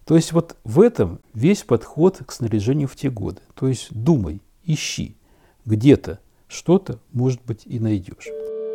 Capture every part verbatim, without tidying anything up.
То есть вот в этом весь подход к снаряжению в те годы. То есть думай, ищи, где-то что-то, может быть, и найдешь.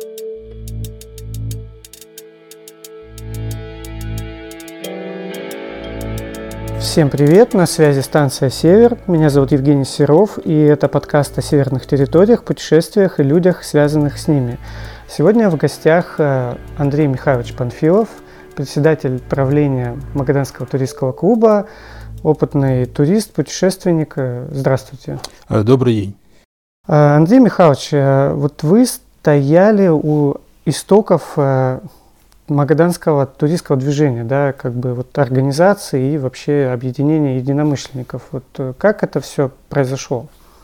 Всем привет, на связи станция «Север». Меня зовут Евгений Серов, и это подкаст о северных территориях, путешествиях и людях, связанных с ними. Сегодня в гостях Андрей Михайлович Панфилов, председатель правления Магаданского туристского клуба, опытный турист, путешественник. Здравствуйте. Добрый день. Андрей Михайлович, вот вы стояли у истоков Магаданского туристского движения, да, как бы вот организации и вообще объединения единомышленников. Вот как это все произошло?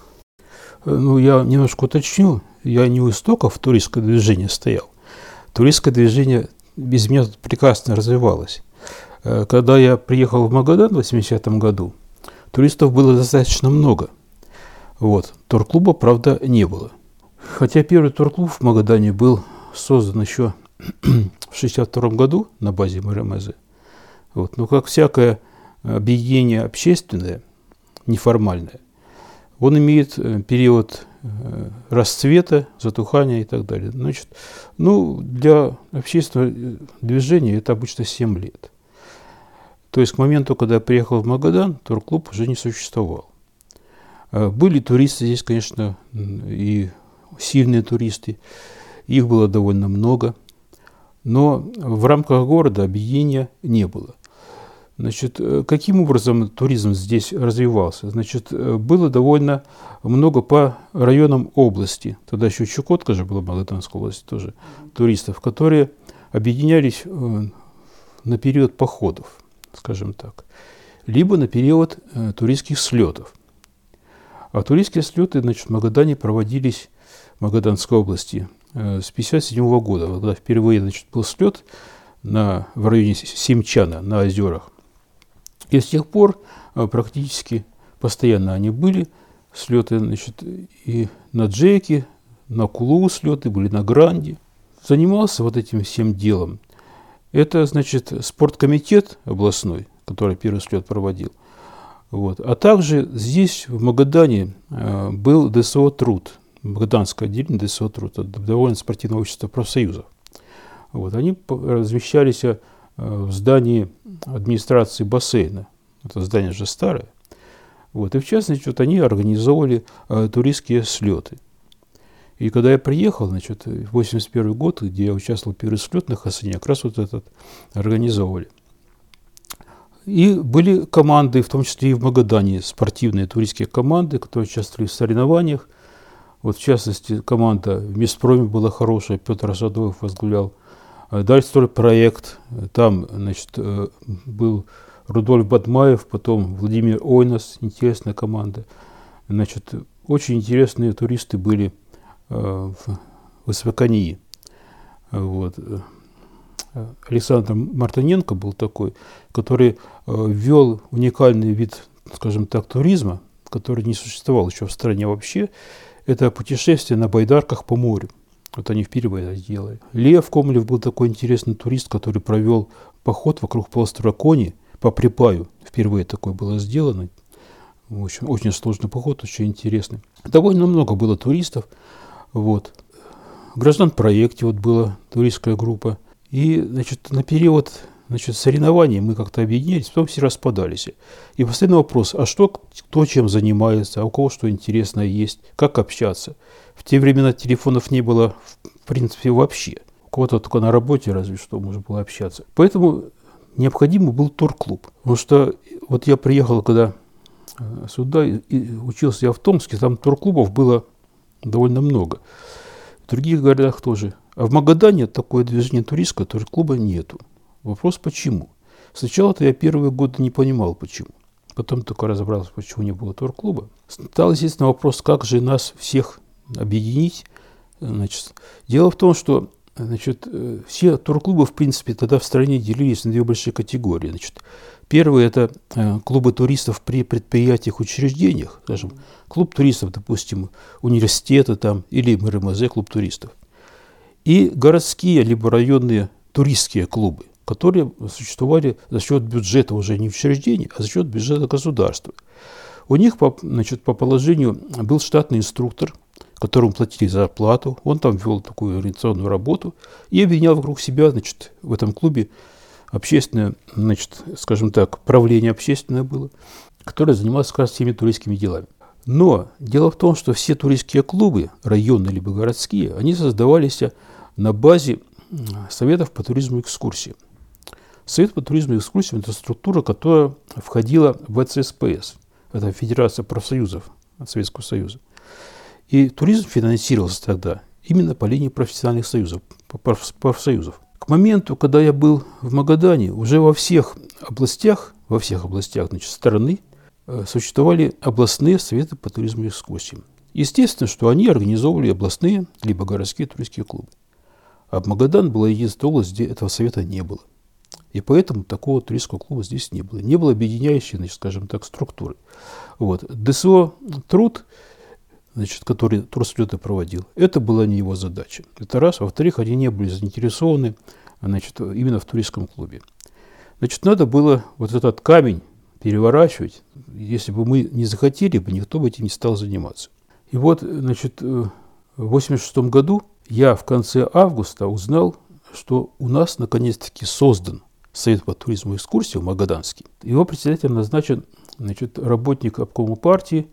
Ну, я немножко уточню. Я не у истоков туристского движения стоял. Туристское движение без меня прекрасно развивалось. Когда я приехал в Магадан в восьмидесятом году, туристов было достаточно много. Вот. Турклуба, правда, не было. Хотя первый турклуб в Магадане был создан еще в шестьдесят втором году на базе МРМЗ. Вот. Но как всякое объединение общественное, неформальное, он имеет период расцвета, затухания и так далее. Значит, ну, для общественного движения это обычно семь лет. То есть к моменту, когда я приехал в Магадан, турклуб уже не существовал. Были туристы здесь, конечно, и сильные туристы. Их было довольно много. Но в рамках города объединения не было. Значит, каким образом туризм здесь развивался? Значит, было довольно много по районам области. Тогда еще Чукотка же была, Магаданская область тоже, туристов, которые объединялись на период походов, скажем так, либо на период туристских слетов. А туристские слеты, значит, в Магадане проводились в Магаданской области с пятьдесят седьмого года, когда впервые, значит, был слет на, в районе Семчана на озерах. И с тех пор практически постоянно они были, слеты, значит, и на Джеке, на Кулу слеты были, на Гранде. Занимался вот этим всем делом. Это, значит, спорткомитет областной, который первый слет проводил. Вот. А также здесь, в Магадане, был ДСО «Труд», Магаданское отделение ДСО «Труд», это довольно спортивное общество профсоюзов. Вот. Они размещались в здании администрации бассейна. Это здание же старое. Вот. И в частности, вот они организовывали э, туристские слеты. И когда я приехал, значит, в восемьдесят первый год, где я участвовал в первых слетах, они как раз вот этот организовывали. И были команды, в том числе и в Магадане, спортивные туристские команды, которые участвовали в соревнованиях. Вот, в частности, команда в Миспроме была хорошая, Петр Асадоев возглавлял. Дальше проект, там, значит, был Рудольф Бадмаев, потом Владимир Ойнас, интересная команда. Значит, очень интересные туристы были в Высоконии. Вот. Александр Мартыненко был такой, который ввел уникальный вид, скажем так, туризма, который не существовал еще в стране вообще. Это путешествие на байдарках по морю. Вот они впервые это сделали. Лев Комлев был такой интересный турист, который провел поход вокруг полуострова Кони по Припаю. Впервые такое было сделано. Очень, очень сложный поход, очень интересный. Довольно много было туристов. Вот. В Граждан-проекте вот была туристская группа. И, значит, на период, значит, соревнований мы как-то объединились, потом все распадались. И постоянный вопрос, а что, кто чем занимается, а у кого что интересное есть, как общаться. В те времена телефонов не было, в принципе, вообще. У кого-то только на работе разве что можно было общаться. Поэтому необходимый был турклуб. Потому что вот я приехал, когда сюда, и учился я в Томске, там турклубов было довольно много. В других городах тоже. А в Магадане такое движение туристское, турклуба нету. Вопрос почему? Сначала-то я первые годы не понимал, почему. Потом только разобрался, почему не было турклуба. Стал, естественно, вопрос, как же нас всех объединить. Значит, дело в том, что, значит, все турклубы, в принципе, тогда в стране делились на две большие категории. Значит, первые – это клубы туристов при предприятиях, учреждениях. Скажем, клуб туристов, допустим, университета там, или МРМЗ, клуб туристов. И городские, либо районные туристские клубы. которые существовали за счет бюджета уже не учреждений, а за счет бюджета государства. У них, по, значит, по положению был штатный инструктор, которому платили зарплату, он там вел такую организационную работу и объединял вокруг себя, значит, в этом клубе общественное, значит, скажем так, правление общественное было, которое занималось как раз всеми туристскими делами. Но дело в том, что все туристские клубы, районные либо городские, они создавались на базе советов по туризму и экскурсии. Совет по туризму и экскурсиям – это структура, которая входила в вэ цэ эс пэ эс, это Федерация профсоюзов Советского Союза. И туризм финансировался тогда именно по линии профессиональных союзов, профсоюзов. К моменту, когда я был в Магадане, уже во всех областях, во всех областях, значит, страны существовали областные советы по туризму и экскурсиям. Естественно, что они организовывали областные либо городские туристские клубы. А Магадан была единственная область, где этого совета не было. И поэтому такого туристского клуба здесь не было. Не было объединяющей, значит, скажем так, структуры. Вот. дэ эс о «Труд», значит, который турслеты проводил, это была не его задача. Это раз. Во-вторых, они не были заинтересованы, значит, именно в туристском клубе. Значит, надо было вот этот камень переворачивать. Если бы мы не захотели, бы никто бы этим не стал заниматься. И вот, значит, в восемьдесят шестом году я в конце августа узнал, что у нас наконец-таки создан Совет по туризму и экскурсиям Магаданский. Его председателем назначен, значит, работник обкома партии,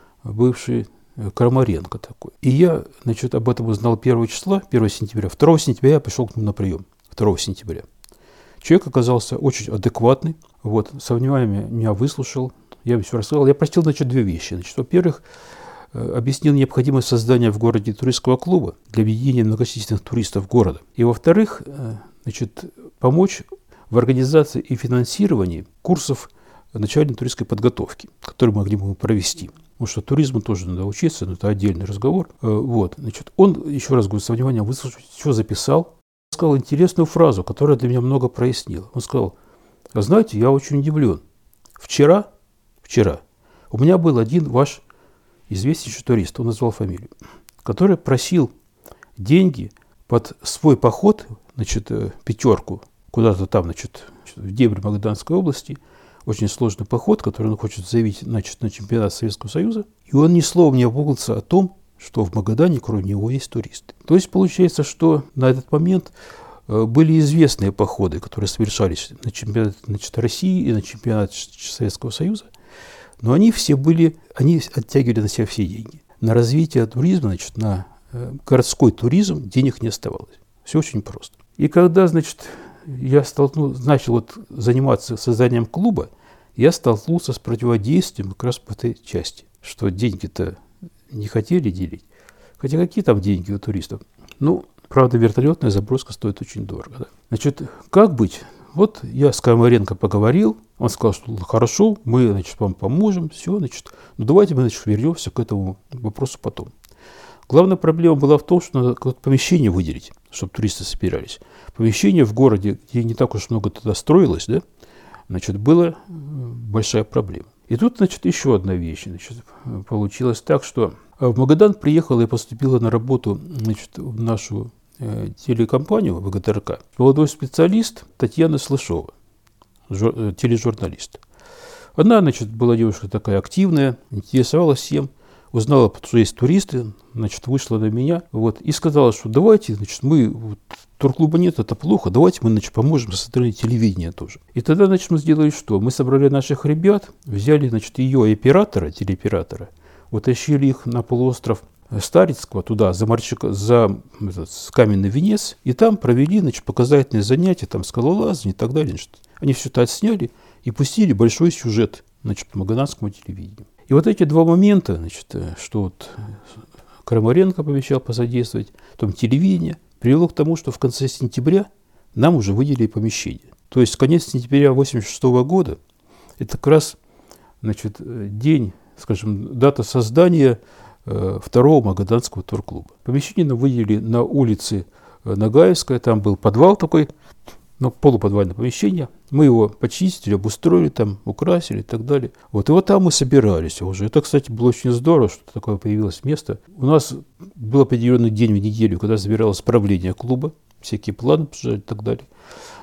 бывший Крамаренко такой. И я, значит, об этом узнал первого числа, первого сентября. второго сентября я пришел к нему на прием. второго сентября. Человек оказался очень адекватный. Вот, со вниманием меня выслушал. Я все рассказал. Я простил, значит, две вещи. Значит, во-первых, объяснил необходимость создания в городе туристского клуба для объединения многочисленных туристов города. И, во-вторых, значит, помочь в организации и финансировании курсов начальной туристской подготовки, которые мы могли бы провести. Потому что туризму тоже надо учиться, но это отдельный разговор. Вот, значит, он, еще раз говорю, со вниманием выслушал, все записал. Он сказал интересную фразу, которая для меня много прояснила. Он сказал: а знаете, я очень удивлен. Вчера, вчера у меня был один ваш известнейший турист, он назвал фамилию, который просил деньги под свой поход, значит, пятерку, куда-то там, значит, в дебри Магаданской области, очень сложный поход, который он хочет заявить, значит, на чемпионат Советского Союза, и он ни слова не обмолвился о том, что в Магадане кроме него есть туристы. То есть получается, что на этот момент были известные походы, которые совершались на чемпионат, значит, России и на чемпионат Советского Союза, но они все были, они оттягивали на себя все деньги. На развитие туризма, значит, на городской туризм денег не оставалось. Все очень просто. И когда, значит, я столкнул, начал вот заниматься созданием клуба, я столкнулся с противодействием как раз по этой части, что деньги-то не хотели делить. Хотя какие там деньги у туристов? Ну, правда, вертолетная заброска стоит очень дорого. Да? Значит, как быть? Вот я с Крамаренко поговорил, он сказал, что хорошо, мы, значит, вам поможем, все, значит, ну давайте мы, значит, вернемся к этому вопросу потом. Главная проблема была в том, что надо какое-то помещение выделить, чтобы туристы собирались. Помещение в городе, где не так уж много тогда строилось, да, значит, была большая проблема. И тут, значит, еще одна вещь. Значит, получилось так, что в Магадан приехала и поступила на работу, значит, в нашу э, телекомпанию вэ гэ тэ эр ка молодой специалист Татьяна Слышова, жур, э, тележурналист. Она, значит, была девушка такая активная, интересовалась всем. Узнала, что есть туристы, значит, вышла на меня, вот, и сказала, что давайте, значит, мы, вот, турклуба нет, это плохо, давайте мы, значит, поможем со стороны телевидения тоже. И тогда, значит, мы сделали что? Мы собрали наших ребят, взяли, значит, ее оператора, телеоператора, утащили их на полуостров Старицкого, туда, за, Марчика, за этот, каменный венец, и там провели, значит, показательные занятия, там, скалолазание и так далее. Значит. Они все это отсняли и пустили большой сюжет, значит, по магаданскому телевидению. И вот эти два момента, значит, что вот Крамаренко пообещал посодействовать, потом телевидение, привело к тому, что в конце сентября нам уже выделили помещение. То есть конец сентября восемьдесят шестого года, это как раз, значит, день, скажем, дата создания э, второго Магаданского турклуба. Помещение нам выделили на улице Нагаевская, там был подвал такой, ну, полуподвальное помещение. Мы его почистили, обустроили, там, украсили и так далее. Вот, и вот там мы собирались уже. Это, кстати, было очень здорово, что такое появилось место. У нас был определенный день в неделю, когда собиралось правление клуба, всякие планы и так далее.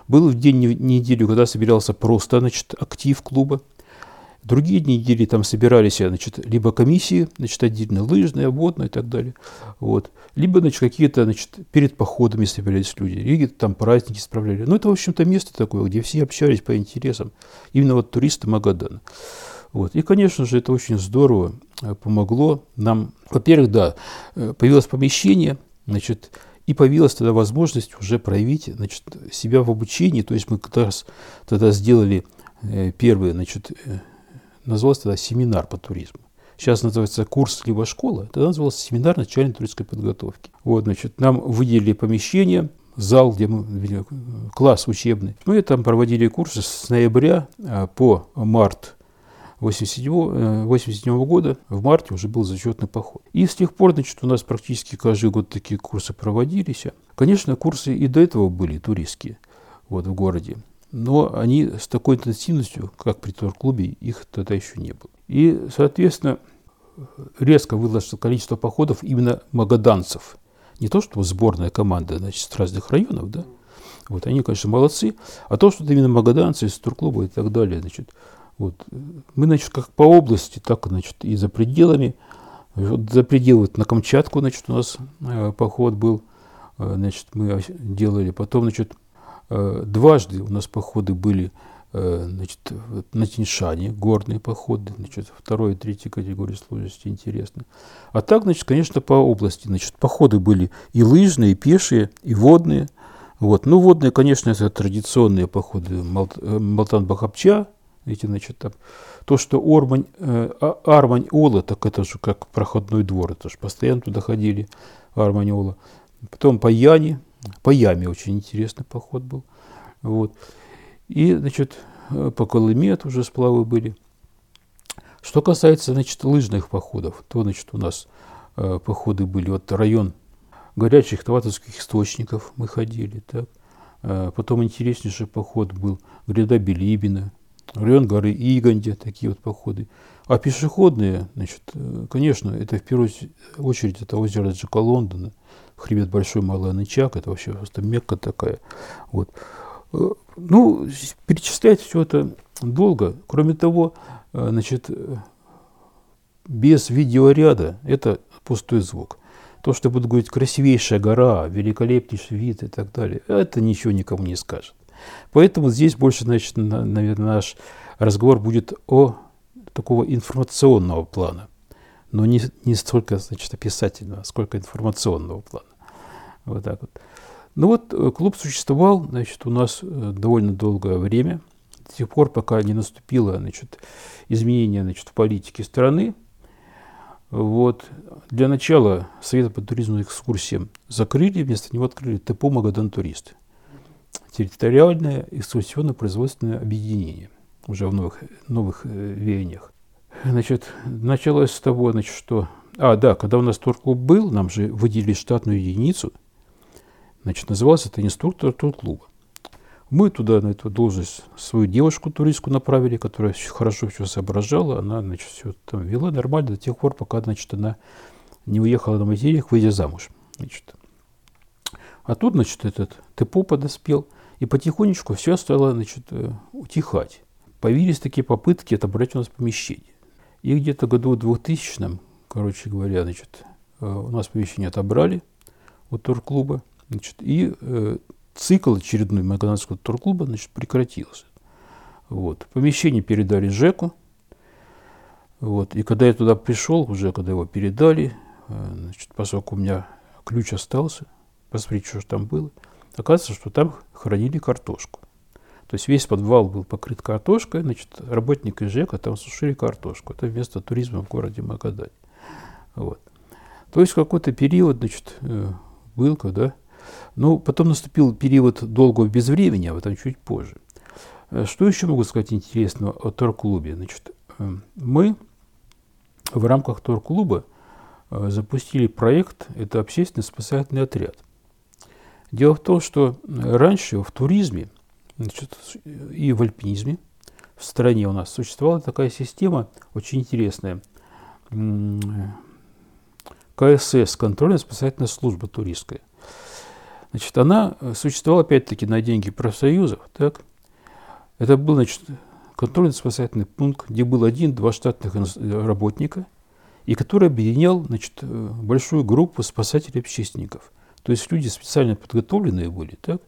Был в день недели, когда собирался просто, значит, актив клуба. Другие дни недели там собирались, значит, либо комиссии, значит, отдельно лыжные, водные и так далее. Вот. Либо, значит, какие-то, значит, перед походами собирались люди, или там праздники справляли. Ну, это, в общем-то, место такое, где все общались по интересам. Именно вот туристы Магадана. Вот. И, конечно же, это очень здорово помогло нам. Во-первых, да, появилось помещение, значит, и появилась тогда возможность уже проявить, значит, себя в обучении. То есть мы как раз тогда сделали первый, значит, назывался тогда семинар по туризму. Сейчас называется курс либо школа. Тогда назывался семинар начальной туристской подготовки. Вот, значит, нам выделили помещение, зал, где мы вели класс учебный. Мы там проводили курсы с ноября по март восемьдесят седьмого года. В марте уже был зачетный поход. И с тех пор, значит, у нас практически каждый год такие курсы проводились. Конечно, курсы и до этого были туристские, вот, в городе. Но они с такой интенсивностью, как при турклубе, их тогда еще не было. И, соответственно, резко выросло количество походов именно магаданцев. Не то, что сборная команда, значит, с разных районов, да, вот они, конечно, молодцы, а то, что именно магаданцы из турклуба и так далее, значит, вот, мы, значит, как по области, так, значит, и за пределами, вот за пределы, вот, на Камчатку, значит, у нас э, поход был, э, значит, мы делали, потом, значит, дважды у нас походы были, значит, на Тяньшане, горные походы, значит, второй и третьей категории сложности, интересно. А так, значит, конечно, по области, значит, походы были и лыжные, и пешие, и водные. Вот. Ну, водные, конечно, это традиционные походы Малтан-Бахапча, эти, значит, там, то, что Ормань, Армань-Ола, так это же как проходной двор, это же постоянно туда ходили, Армань-Ола. Потом по Яне, по Яме очень интересный поход был. Вот. И, значит, по Колыме это уже сплавы были. Что касается, значит, лыжных походов, то, значит, у нас э, походы были. Вот район горячих Таватовских источников мы ходили. Так. Э, потом интереснейший поход был гряда Билибина, район горы Игонде, такие вот походы. А пешеходные, значит, конечно, это в первую очередь это озеро Джакалондона, хребет Большой Малый Анычак, это вообще просто Мекка такая. Вот. Ну, перечислять все это долго. Кроме того, значит, без видеоряда это пустой звук. То, что буду говорить красивейшая гора, великолепнейший вид и так далее, это ничего никому не скажет. Поэтому здесь больше, значит, наверное, наш разговор будет о такого информационного плана, но не, не столько, значит, описательного, сколько информационного плана. Вот так вот. Ну вот, клуб существовал, значит, у нас довольно долгое время, до тех пор, пока не наступило, значит, изменение, значит, в политике страны. Вот. Для начала Совета по туризму и экскурсиям закрыли, вместо него открыли ТЭПО «Магадан Турист». Территориальное экскурсионно-производственное объединение, уже в новых, новых э, веяниях. Значит, началось с того, значит, что... А, да, когда у нас турклуб был, нам же выделили штатную единицу, значит, назывался это инструктор турклуба. Мы туда, на эту должность, свою девушку туристку направили, которая хорошо все соображала, она, значит, все там вела нормально до тех пор, пока, значит, она не уехала на материк, выйдя замуж. Значит. А тут, значит, этот ТЭПО подоспел, и потихонечку все стало, значит, утихать. Появились такие попытки отобрать у нас помещение. И где-то году в двухтысячном, короче говоря, значит, у нас помещение отобрали у турклуба, значит, и э, цикл очередной магаданского турклуба, значит, прекратился. Вот. Помещение передали ЖЭКу. Вот. И когда я туда пришел, уже когда его передали, э, значит, поскольку у меня ключ остался, посмотрите, что же там было, оказывается, что там хранили картошку. То есть весь подвал был покрыт картошкой, значит, работники ЖЭКа там сушили картошку. Это вместо туризма в городе Магадане. Вот. То есть какой-то период, значит, был, когда... Ну, потом наступил период долгого безвремени, об этом чуть позже. Что еще могу сказать интересного о турклубе? Значит, мы в рамках турклуба запустили проект, это общественный спасательный отряд. Дело в том, что раньше в туризме, значит, и в альпинизме в стране у нас существовала такая система очень интересная. КСС, контрольно-спасательная служба туристская. Значит, она существовала, опять-таки, на деньги профсоюзов. Так? Это был, значит, контрольно-спасательный пункт, где был один-два штатных работника, и который объединял, значит, большую группу спасателей-общественников. То есть люди специально подготовленные были. Так?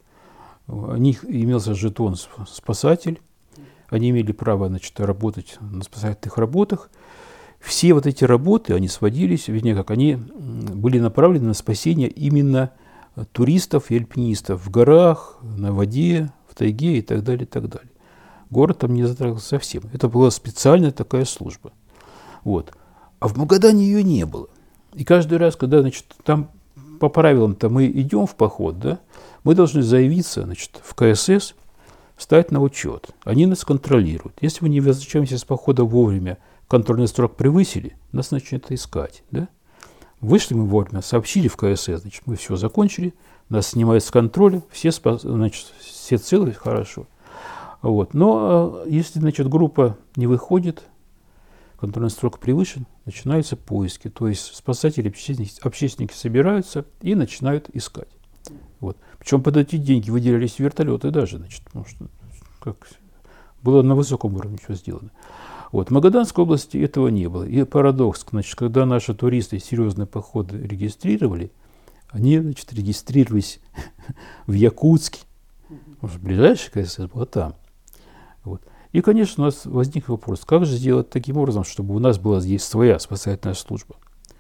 У них имелся жетон спасатель, они имели право, значит, работать на спасательных работах. Все вот эти работы, они сводились, вернее, как они были направлены на спасение именно туристов и альпинистов в горах, на воде, в тайге и так далее, и так далее. Город там не затрагивался совсем. Это была специальная такая служба. Вот. А в Магадане ее не было. И каждый раз, когда, значит, там по правилам-то мы идем в поход, да, мы должны заявиться, значит, в ка эс эс, встать на учет. Они нас контролируют. Если мы не возвращаемся с похода вовремя, контрольный срок превысили, нас начнут искать. Да? Вышли мы вовремя, сообщили в ка эс эс, значит, мы все закончили, нас снимают с контроля, все, спас, значит, все целы, хорошо. Вот. Но если, значит, группа не выходит, контрольный срок превышен, начинаются поиски. То есть спасатели, общественники, общественники собираются и начинают искать. Вот. Причем под эти деньги выделялись вертолеты даже, значит, потому что как, было на высоком уровне все сделано. Вот. В Магаданской области этого не было. И парадокс, значит, когда наши туристы серьезные походы регистрировали, они, значит, регистрировались в Якутске. Потому что ближайшая ка эс эс была там. Вот. И, конечно, у нас возник вопрос, как же сделать таким образом, чтобы у нас была здесь своя спасательная служба.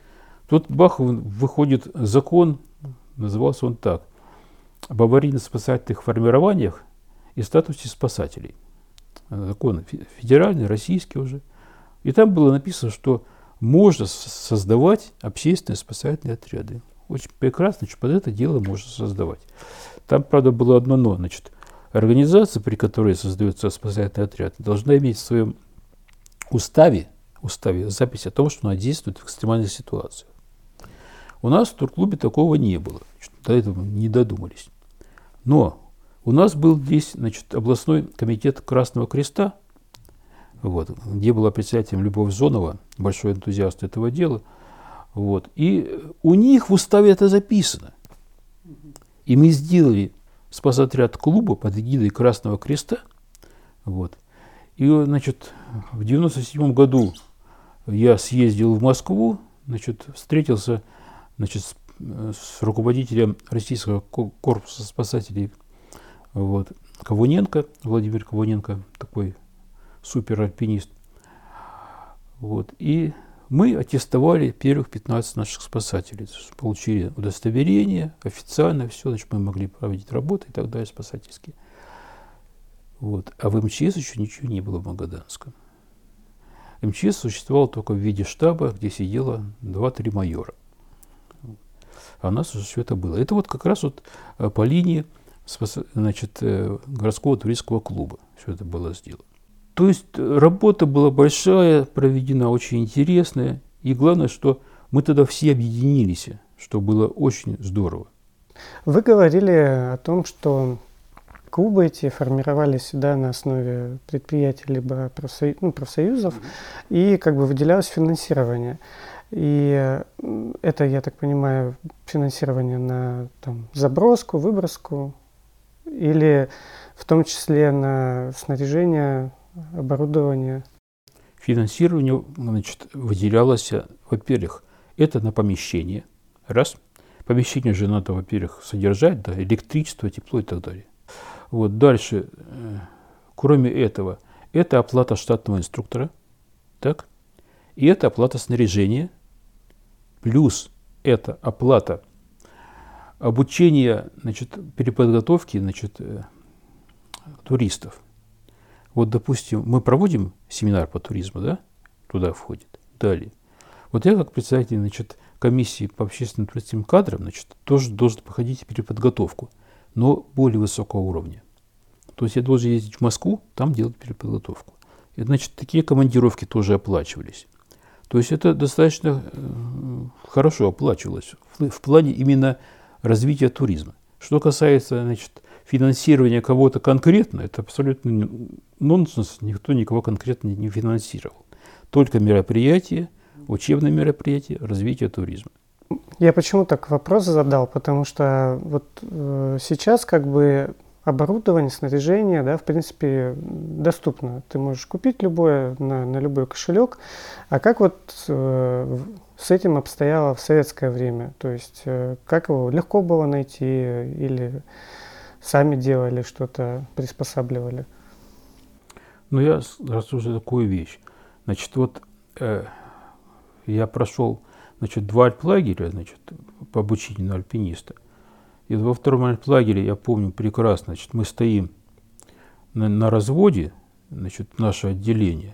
Тут бах, выходит закон, назывался он так, об аварийно-спасательных формированиях и статусе спасателей. Закон федеральный, российский уже. И там было написано, что можно создавать общественные спасательные отряды. Очень прекрасно, что под это дело можно создавать. Там, правда, было одно но. Значит, организация, при которой создается спасательный отряд, должна иметь в своем уставе, уставе запись о том, что она действует в экстремальных ситуациях. У нас в турклубе такого не было. До этого не додумались. Но у нас был здесь, значит, областной комитет Красного Креста, вот, где была председателем Любовь Зонова, большой энтузиаст этого дела. Вот, и у них в уставе это записано. И мы сделали спасотряд клуба под эгидой Красного Креста. Вот. И, значит, в девяносто седьмом году я съездил в Москву, значит, встретился, значит, с, с руководителем Российского корпуса спасателей, вот, Ковуненко, Владимир Ковуненко, такой суперальпинист. Вот. И мы аттестовали первых пятнадцать наших спасателей. Получили удостоверение, официально все, значит, мы могли проводить работы и так далее, спасательские. Вот. А в эм че эс еще ничего не было в Магаданском. эм че эс существовал только в виде штаба, где сидело два-три майора. А у нас уже все это было. Это вот как раз вот по линии, значит, городского туристского клуба все это было сделано. То есть работа была большая, проведена очень интересная. И главное, что мы тогда все объединились, что было очень здорово. Вы говорили о том, что клубы эти формировались, да, на основе предприятий либо профсоюз, ну, профсоюзов, mm-hmm. и как бы выделялось финансирование. И это, я так понимаю, финансирование на там, заброску, выброску, или в том числе на снаряжение, оборудование. Финансирование, значит, выделялось, во-первых, это на помещение, раз. Помещение же надо, во-первых, содержать, да, электричество, тепло и так далее. Вот дальше, кроме этого, это оплата штатного инструктора, так, и это оплата снаряжения, плюс это оплата обучения, значит, переподготовки, значит, туристов. Вот, допустим, мы проводим семинар по туризму, да, туда входит. Далее. Вот я, как председатель, значит, комиссии по общественным туристическим кадрам, значит, тоже должен проходить переподготовку, но более высокого уровня. То есть я должен ездить в Москву, там делать переподготовку. И, значит, такие командировки тоже оплачивались. То есть это достаточно э, хорошо оплачивалось в, в плане именно развития туризма. Что касается, значит, финансирования кого-то конкретно, это абсолютно нонсенс, никто никого конкретно не финансировал. Только мероприятия, учебные мероприятия, развитие туризма. Я почему так вопрос задал? Потому что вот э, сейчас как бы оборудование, снаряжение, да, в принципе, доступно. Ты можешь купить любое на, на любой кошелек. А как вот э, с этим обстояло в советское время? То есть э, как его легко было найти или сами делали что-то, приспосабливали? Ну, я рассужу такую вещь. Значит, вот э, я прошел, значит, два альплагеря, значит, по обучению на альпиниста. И во втором альплагере, я помню прекрасно, значит, мы стоим на, на разводе, значит, наше отделение,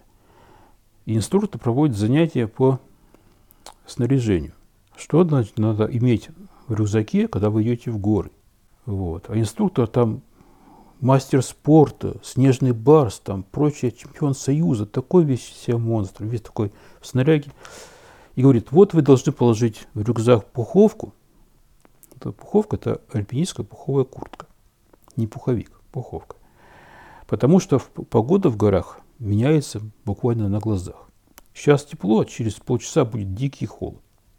и инструктор проводит занятия по снаряжению. Что, значит, надо иметь в рюкзаке, когда вы идете в горы. Вот. А инструктор там мастер спорта, снежный барс, там прочее, чемпион Союза, такой весь себя монстр, весь такой в снаряге. И говорит, вот вы должны положить в рюкзак пуховку. Это пуховка – это альпинистская пуховая куртка, не пуховик, пуховка. Потому что погода в горах меняется буквально на глазах. Сейчас тепло, а через полчаса будет дикий холод.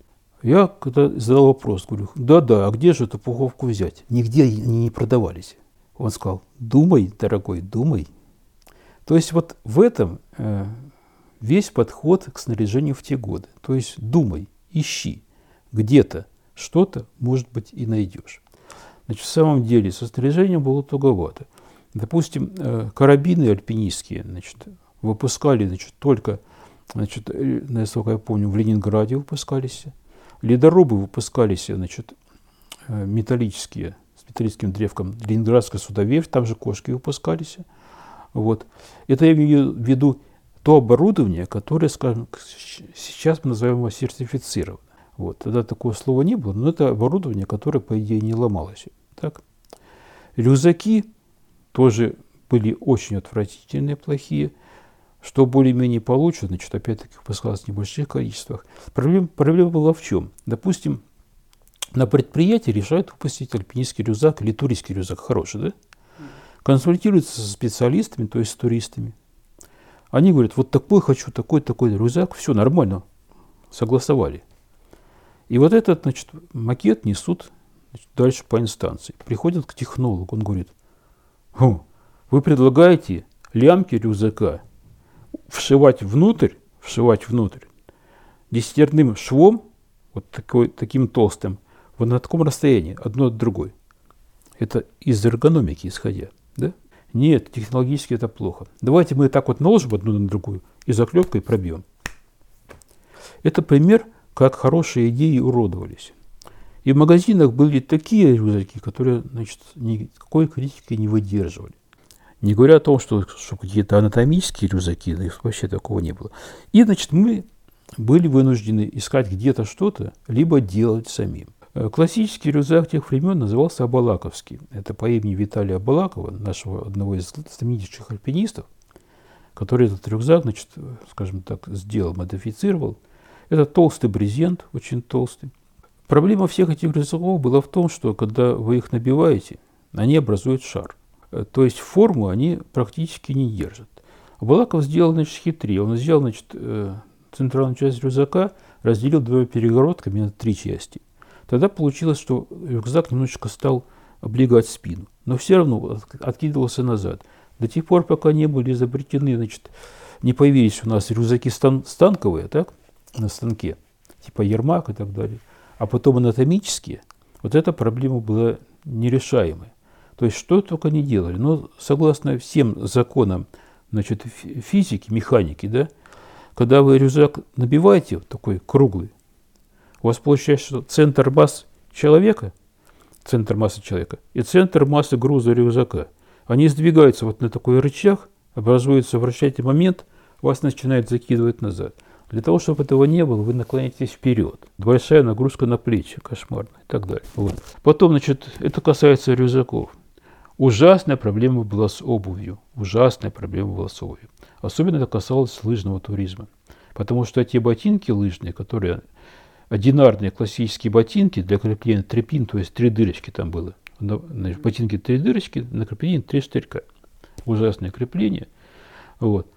Я когда задал вопрос, говорю, да-да, а где же эту пуховку взять? Нигде они не продавались. Он сказал, думай, дорогой, думай. То есть вот в этом э, весь подход к снаряжению в те годы. То есть думай, ищи где-то. Что-то, может быть, и найдешь. Значит, в самом деле со снаряжением было туговато. Допустим, карабины альпинистские, значит, выпускали, значит, только, значит, насколько я помню, в Ленинграде выпускались. Ледорубы выпускались, значит, металлические, с металлическим древком. Ленинградская судоверфь, там же кошки выпускались. Вот. Это я имею в виду то оборудование, которое, скажем, сейчас мы называем его сертифицированным. Вот. Тогда такого слова не было, но это оборудование, которое, по идее, не ломалось. Так? Рюкзаки тоже были очень отвратительные, плохие. Что более-менее получше, значит, опять-таки выпускалось в небольших количествах. Проблема, проблема была в чем? Допустим, на предприятии решают выпустить альпинистский рюкзак или туристский рюкзак, хороший, да? Консультируются со специалистами, то есть с туристами. Они говорят, вот такой хочу, такой, такой рюкзак, все нормально, согласовали. И вот этот, значит, макет несут, значит, дальше по инстанции. Приходят к технологу, он говорит, вы предлагаете лямки рюкзака вшивать внутрь, вшивать внутрь десятерным швом, вот такой, таким толстым, вот на таком расстоянии, одно от другой. Это из эргономики исходя, да? Нет, технологически это плохо. Давайте мы так вот наложим одну на другую и заклепкой пробьем. Это пример, как хорошие идеи уродовались. И в магазинах были такие рюкзаки, которые, значит, никакой критики не выдерживали. Не говоря о том, что, что какие-то анатомические рюкзаки, да, вообще такого не было. И, значит, мы были вынуждены искать где-то что-то, либо делать самим. Классический рюкзак тех времен назывался Абалаковский. Это по имени Виталия Абалакова, нашего одного из знаменитейших альпинистов, который этот рюкзак, значит, скажем так, сделал, модифицировал. Это толстый брезент, очень толстый. Проблема всех этих рюкзаков была в том, что когда вы их набиваете, они образуют шар. То есть форму они практически не держат. Абалаков сделал, значит, хитрее. Он сделал, значит, центральную часть рюкзака, разделил двумя перегородками на три части. Тогда получилось, что рюкзак немножечко стал облегать спину, но все равно откидывался назад. До тех пор, пока не были изобретены, значит, не появились у нас рюкзаки стан- станковые, так, на станке, типа Ермак и так далее, а потом анатомические, вот эта проблема была нерешаемая. То есть что только не делали, но согласно всем законам, значит, физики, механики, да, когда вы рюкзак набиваете, вот такой круглый, у вас получается, что центр массы человека, центр массы человека и центр массы груза рюкзака, они сдвигаются вот на такой рычаг, образуется вращательный момент, вас начинает закидывать назад. Для того, чтобы этого не было, вы наклоняетесь вперед. Большая нагрузка на плечи, кошмарная и так далее. Вот. Потом, значит, это касается рюкзаков. Ужасная проблема была с обувью. Ужасная проблема была с обувью. Особенно это касалось лыжного туризма. Потому что те ботинки лыжные, которые одинарные классические ботинки для крепления трепин, то есть три дырочки там было. Значит, ботинки три дырочки, на креплении три штырька. Ужасное крепление. Вот.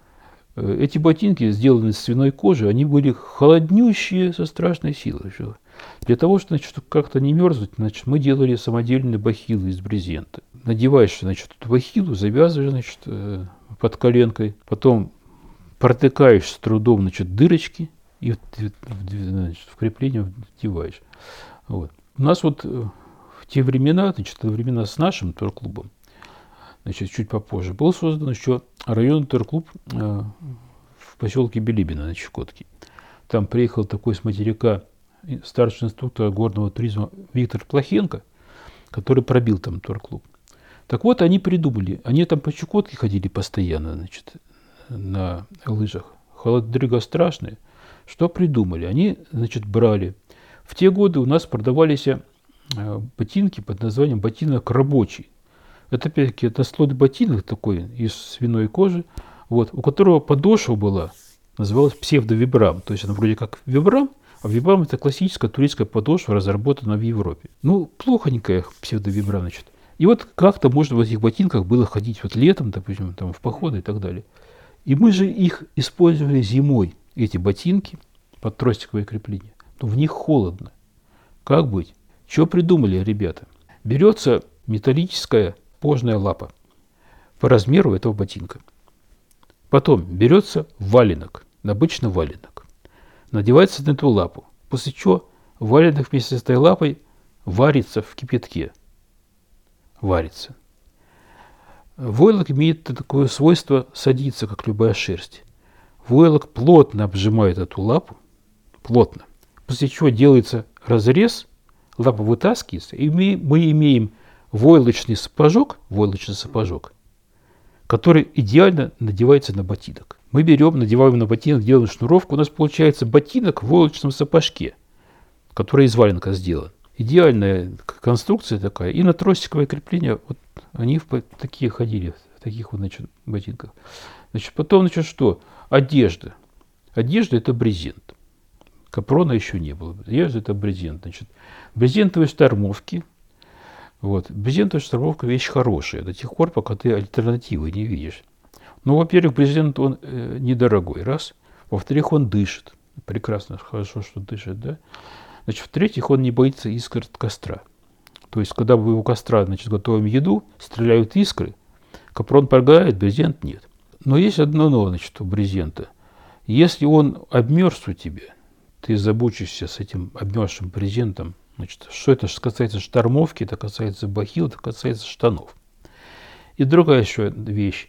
Эти ботинки, сделанные из свиной кожи, они были холоднющие со страшной силой. Для того, чтобы, значит, как-то не мерзнуть, значит, мы делали самодельные бахилы из брезента. Надеваешь, значит, эту бахилу, завязываешь, значит, под коленкой, потом протыкаешь с трудом, значит, дырочки и, значит, в крепление вдеваешь. Вот. У нас вот в те времена, значит, во времена с нашим торклубом, значит, чуть попозже, был создан еще районный торклуб э, в поселке Билибино на Чукотке. Там приехал такой с материка старший инструктор горного туризма Виктор Плохенко, который пробил там торклуб. Так вот, они придумали, они там по Чукотке ходили постоянно, значит, на лыжах. Холодрыга страшная. Что придумали? Они, значит, брали. В те годы у нас продавались э, ботинки под названием ботинок рабочий. Это, опять-таки, это слой ботинок такой из свиной кожи, вот, у которого подошва была, называлась псевдовибрам. То есть она вроде как вибрам, а вибрам это классическая туристская подошва, разработанная в Европе. Ну, плохонькая псевдовибрам, значит. И вот как-то можно в этих ботинках было ходить вот летом, допустим, там, в походы и так далее. И мы же их использовали зимой, эти ботинки, под тростиковое крепление. Но в них холодно. Как быть? Что придумали ребята? Берется металлическая кожаная лапа по размеру этого ботинка. Потом берется валенок, обычно валенок. Надевается на эту лапу. После чего валенок вместе с этой лапой варится в кипятке. Варится. Войлок имеет такое свойство садиться, как любая шерсть. Войлок плотно обжимает эту лапу, плотно. После чего делается разрез, лапа вытаскивается, и мы, мы имеем войлочный сапожок, войлочный сапожок, который идеально надевается на ботинок. Мы берем, надеваем на ботинок, делаем шнуровку, у нас получается ботинок в войлочном сапожке, который из валенка сделан. Идеальная конструкция такая. И на тростиковое крепление, вот они в такие ходили, в таких вот, значит, ботинках. Значит, потом, значит, что? Одежда. Одежда – это брезент. Капрона еще не было. Одежда – это брезент. Значит, брезентовые штормовки. Вот. Брезентовая штормовка – вещь хорошая до тех пор, пока ты альтернативы не видишь. Ну, во-первых, брезент, он э, недорогой, раз. Во-вторых, он дышит. Прекрасно, хорошо, что дышит, да. Значит, в-третьих, он не боится искр от костра. То есть, когда вы у костра, значит, готовим еду, стреляют искры, капрон прогорает, брезент нет. Но есть одно но, значит, у брезента. Если он обмерз у тебя, ты забочишься с этим обмерзшим брезентом, значит, что это касается штормовки, это касается бахил, это касается штанов. И другая еще вещь.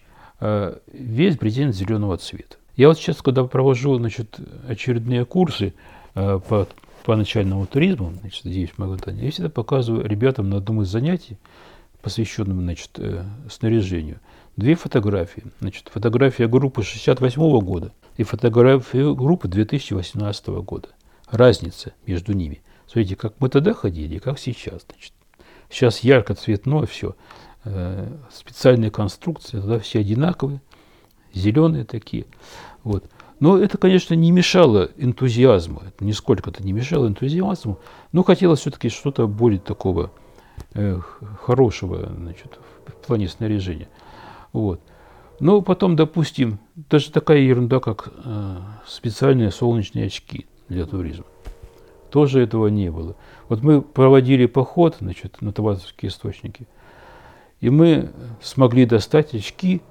Весь брезент зеленого цвета. Я вот сейчас, когда провожу, значит, очередные курсы по по начальному туризму, значит, здесь в Магадане, я всегда показываю ребятам на одном из занятий, посвященном, значит, э, снаряжению, две фотографии. Значит, фотография группы шестьдесят восьмого года и фотография группы две тысячи восемнадцатого года. Разница между ними. Смотрите, как мы тогда ходили и как сейчас. Значит. Сейчас ярко цветное все. Э, специальные конструкции, тогда все одинаковые, зеленые такие. Вот. Но это, конечно, не мешало энтузиазму, это нисколько-то не мешало энтузиазму, но хотелось все-таки что-то более такого э, хорошего, значит, в плане снаряжения. Вот. Но потом, допустим, даже такая ерунда, как э, специальные солнечные очки для туризма. Тоже этого не было. Вот мы проводили поход, значит, на Тавазовские источники, и мы смогли достать очки,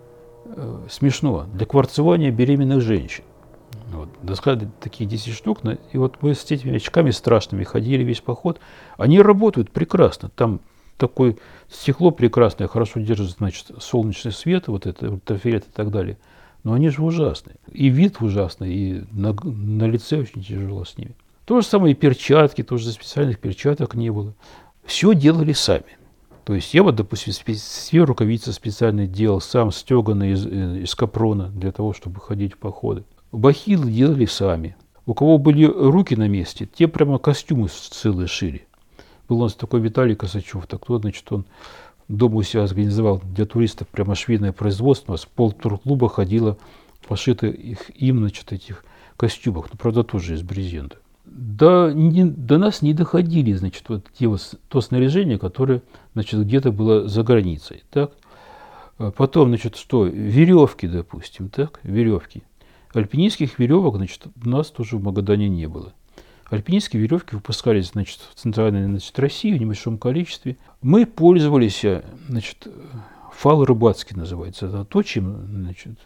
смешно, для кварцевания беременных женщин. Вот, достали такие десять штук, и вот мы с этими очками страшными ходили весь поход. Они работают прекрасно. Там такое стекло прекрасное, хорошо держит, значит, солнечный свет, вот это, ультрафиолет и так далее. Но они же ужасные. И вид ужасный, и на, на лице очень тяжело с ними. То же самое и перчатки, тоже специальных перчаток не было. Все делали сами. То есть я вот, допустим, все рукавицы специально делал сам, стеганые из, из капрона, для того, чтобы ходить в походы. Бахилы делали сами. У кого были руки на месте, те прямо костюмы целые шили. Был у нас такой Виталий Косачев, так вот, значит, он дома у себя организовал для туристов прямо швейное производство. У нас полтурклуба ходило пошито их, им, значит, этих костюмах, но, правда, тоже из брезента. До, не, до нас не доходили, значит, вот те вот, то снаряжение, которое, значит, где-то было за границей. Так? Потом, значит, что? Веревки, допустим, так? Веревки. Альпинистских веревок, значит, у нас тоже в Магадане не было. Альпинистские веревки выпускались, значит, в центральной, значит, России в небольшом количестве. Мы пользовались, значит, фал рыбацкий называется. Это то, чем, значит,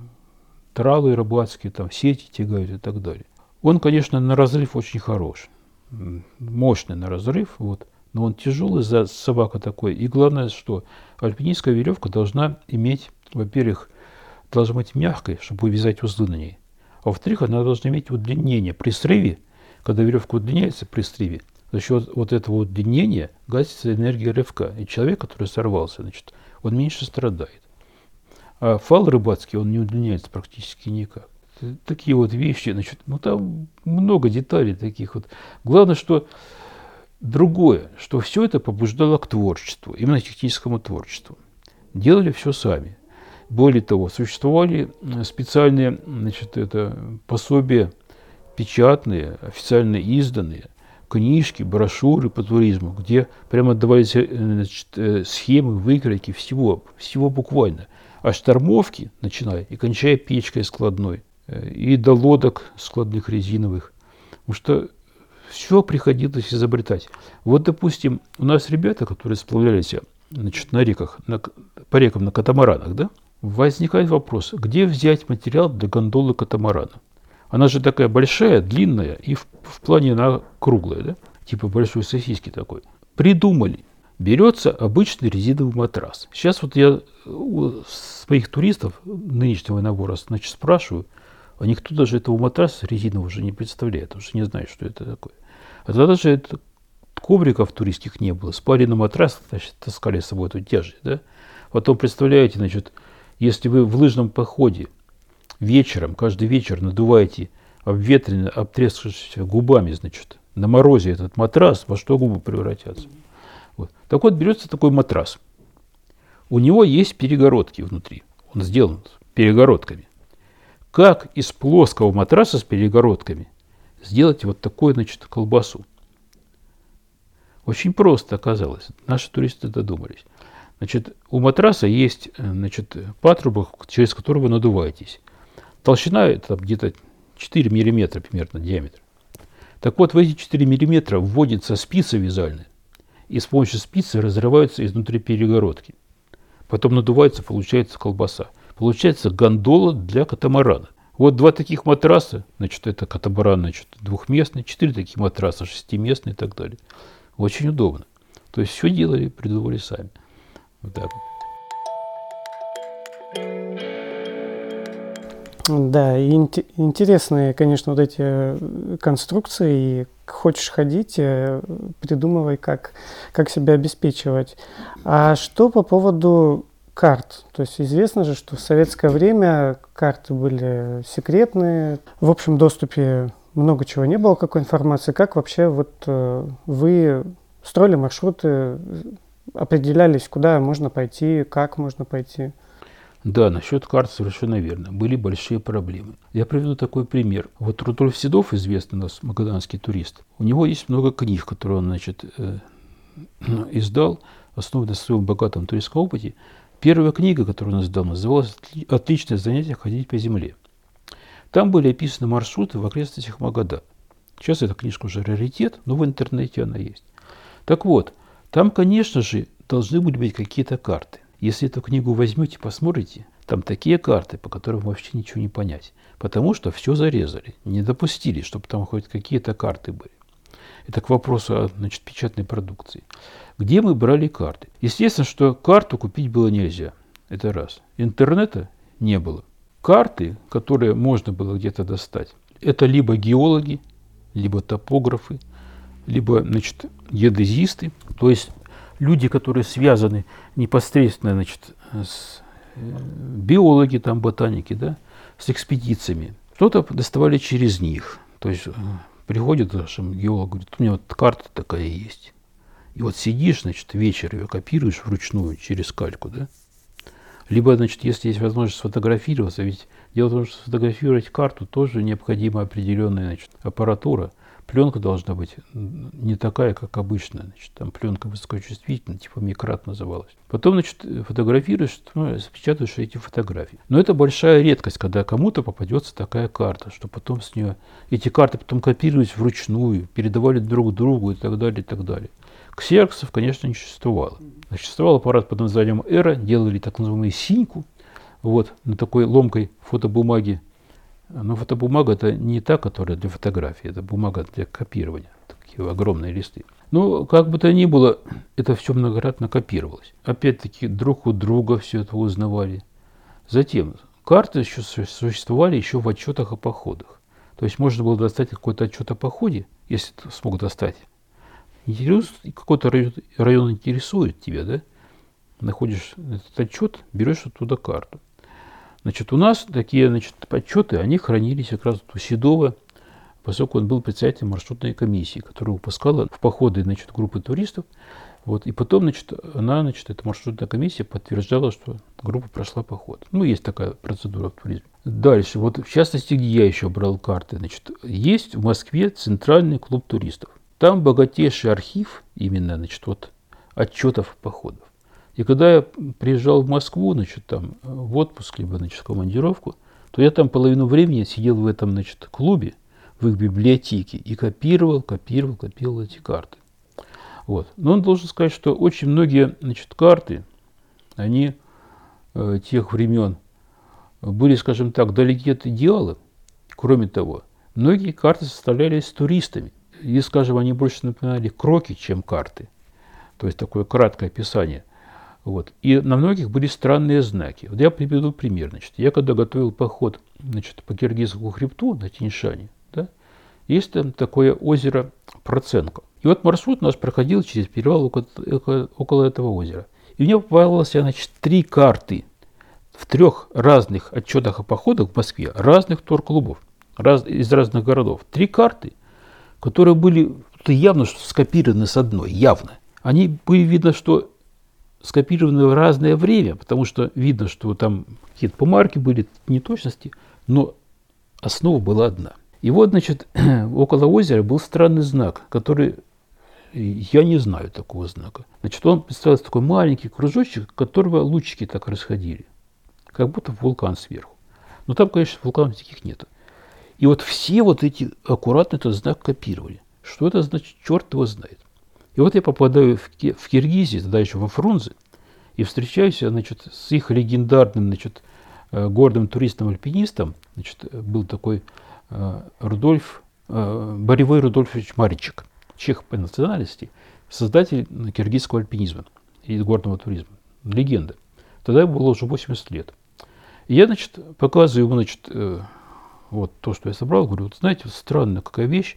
тралы рыбацкие, там, сети тягают и так далее. Он, конечно, на разрыв очень хорош. Мощный на разрыв, вот. Но он тяжелый, за собака такой. И главное, что альпинистская веревка должна иметь, во-первых, должна быть мягкой, чтобы увязать узлы на ней. А во-вторых, она должна иметь удлинение. При срыве, когда веревка удлиняется при срыве, за счет вот этого удлинения гасится энергия рывка. И человек, который сорвался, значит, он меньше страдает. А фал рыбацкий, он не удлиняется практически никак. Такие вот вещи, значит, ну там много деталей таких вот. Главное, что другое, что все это побуждало к творчеству, именно техническому творчеству. Делали все сами. Более того, существовали специальные, значит, это, пособия печатные, официально изданные, книжки, брошюры по туризму, где прямо давались, значит, схемы, выкройки всего, всего буквально. А штормовки, начиная и кончая печкой складной, и до лодок складных резиновых. Потому что все приходилось изобретать. Вот, допустим, у нас ребята, которые сплавлялись, значит, на реках, на, по рекам на катамаранах, да, возникает вопрос, где взять материал для гондолы катамарана? Она же такая большая, длинная и в, в плане она круглая, да, типа большой сосиски такой. Придумали. Берется обычный резиновый матрас. Сейчас вот я у своих туристов нынешнего набора, значит, спрашиваю, а никто даже этого матраса резинового уже не представляет, уже не знает, что это такое. А тогда даже это, ковриков туристских не было. Спали на матрас, значит, таскали с собой эту тяжесть. Да? Потом, представляете, значит, если вы в лыжном походе вечером, каждый вечер надуваете обветренно, обтрескавшимися губами, значит, на морозе этот матрас, во что губы превратятся. Вот. Так вот, берется такой матрас. У него есть перегородки внутри. Он сделан перегородками. Как из плоского матраса с перегородками сделать вот такую, значит, колбасу? Очень просто оказалось. Наши туристы додумались. Значит, у матраса есть, значит, патрубок, через который вы надуваетесь. Толщина это где-то четыре миллиметра примерно диаметр. Так вот, в эти четыре миллиметра вводится спица вязальная, и с помощью спицы разрываются изнутри перегородки. Потом надувается, получается колбаса. Получается гондола для катамарана. Вот два таких матраса, значит, это катамаран, значит, двухместный, четыре таких матраса, шестиместный и так далее. Очень удобно. То есть все делали, придумывали сами. Вот так вот. Да, и ин- интересные, конечно, вот эти конструкции. И хочешь ходить, придумывай, как, как себя обеспечивать. А что по поводу карт? То есть известно же, что в советское время карты были секретные. В общем доступе много чего не было, какой информации. Как вообще вот вы строили маршруты, определялись, куда можно пойти, как можно пойти? Да, насчет карт совершенно верно. Были большие проблемы. Я приведу такой пример. Вот Рудольф Седов, известный у нас магаданский турист, у него есть много книг, которые он, значит, э, издал, основанные на своем богатом туристском опыте. Первая книга, которую он издал, называлась «Отличное занятие ходить по земле». Там были описаны маршруты в окрестностях Магадана. Сейчас эта книжка уже раритет, но в интернете она есть. Так вот, там, конечно же, должны были быть какие-то карты. Если эту книгу возьмете, посмотрите, там такие карты, по которым вообще ничего не понять. Потому что все зарезали, не допустили, чтобы там хоть какие-то карты были. Это к вопросу о, значит, печатной продукции. Где мы брали карты? Естественно, что карту купить было нельзя. Это раз. Интернета не было. Карты, которые можно было где-то достать, это либо геологи, либо топографы, либо, значит, геодезисты, то есть люди, которые связаны непосредственно, значит, с биологи, там, ботаники, да, с экспедициями. Что-то доставали через них. То есть приходит нашим геолог, говорит, у меня вот карта такая есть. И вот сидишь, значит, вечер ее копируешь вручную через кальку, да. Либо, значит, если есть возможность сфотографироваться, ведь дело в том, что сфотографировать карту тоже необходима определенная, значит, аппаратура. пленка должна быть не такая, как обычная. Значит, там пленка высокочувствительная, типа микрат называлась. Потом, значит, фотографируешь, ну, запечатываешь эти фотографии. Но это большая редкость, когда кому-то попадется такая карта, что потом с нее эти карты потом копировались вручную, передавали друг другу и так далее, и так далее. Ксероксов, конечно, не существовало. Существовал аппарат под названием «Эра», делали так называемую синьку, вот, на такой ломкой фотобумаге. Но фотобумага – это не та, которая для фотографии, это бумага для копирования, такие огромные листы. Но как бы то ни было, это все многократно копировалось. Опять-таки друг у друга все это узнавали. Затем карты еще существовали еще в отчетах о походах. То есть можно было достать какой-то отчет о походе, если ты смог достать. Какой-то район, район интересует тебя, да? Находишь этот отчет, берешь оттуда карту. Значит, у нас такие, значит, отчеты, они хранились как раз у Седова, поскольку он был председателем маршрутной комиссии, которая выпускала в походы, значит, группы туристов. Вот, и потом, значит, она, значит, эта маршрутная комиссия подтверждала, что группа прошла поход. Ну, есть такая процедура в туризме. Дальше, вот в частности, где я еще брал карты, значит, есть в Москве Центральный клуб туристов. Там богатейший архив, именно, значит, вот, отчетов походов. И когда я приезжал в Москву, значит, там, в отпуск, либо, значит, в командировку, то я там половину времени сидел в этом, значит, клубе, в их библиотеке, и копировал, копировал, копировал эти карты. Вот. Но он должен сказать, что очень многие, значит, карты, они э, тех времен были, скажем так, далеки от идеала. Кроме того, многие карты составлялись туристами. И, скажем, они больше напоминали кроки, чем карты. То есть такое краткое описание. Вот. И на многих были странные знаки. Вот я приведу пример. Значит, я когда готовил поход, значит, по Киргизскому хребту на Тяньшане, да, есть там такое озеро Проценко. И вот маршрут наш проходил через перевал около, около этого озера. И мне попалось, значит, три карты в трех разных отчетах о походах в Москве, разных турклубов, раз, из разных городов. Три карты, которые были явно что скопированы с одной, явно. Они были, видно, что скопированы в разное время, потому что видно, что там какие-то помарки были, неточности, но основа была одна. И вот, значит, около озера был странный знак, который я не знаю такого знака. Значит, он представляется такой маленький кружочек, которого лучики так расходили, как будто вулкан сверху. Но там, конечно, вулканов таких нет. И вот все вот эти аккуратно этот знак копировали. Что это значит, черт его знает. И вот я попадаю в, в Киргизию, тогда еще во Фрунзе, и встречаюсь, значит, с их легендарным, значит, гордым туристом-альпинистом. Значит, был такой э, Рудольф, э, Боревой Рудольфович Маричек, чех по национальности, создатель киргизского альпинизма и горного туризма. Легенда. Тогда ему было уже восемьдесят лет. И я, значит, показываю ему, значит, э, вот то, что я собрал, говорю, вот знаете, вот странная какая вещь.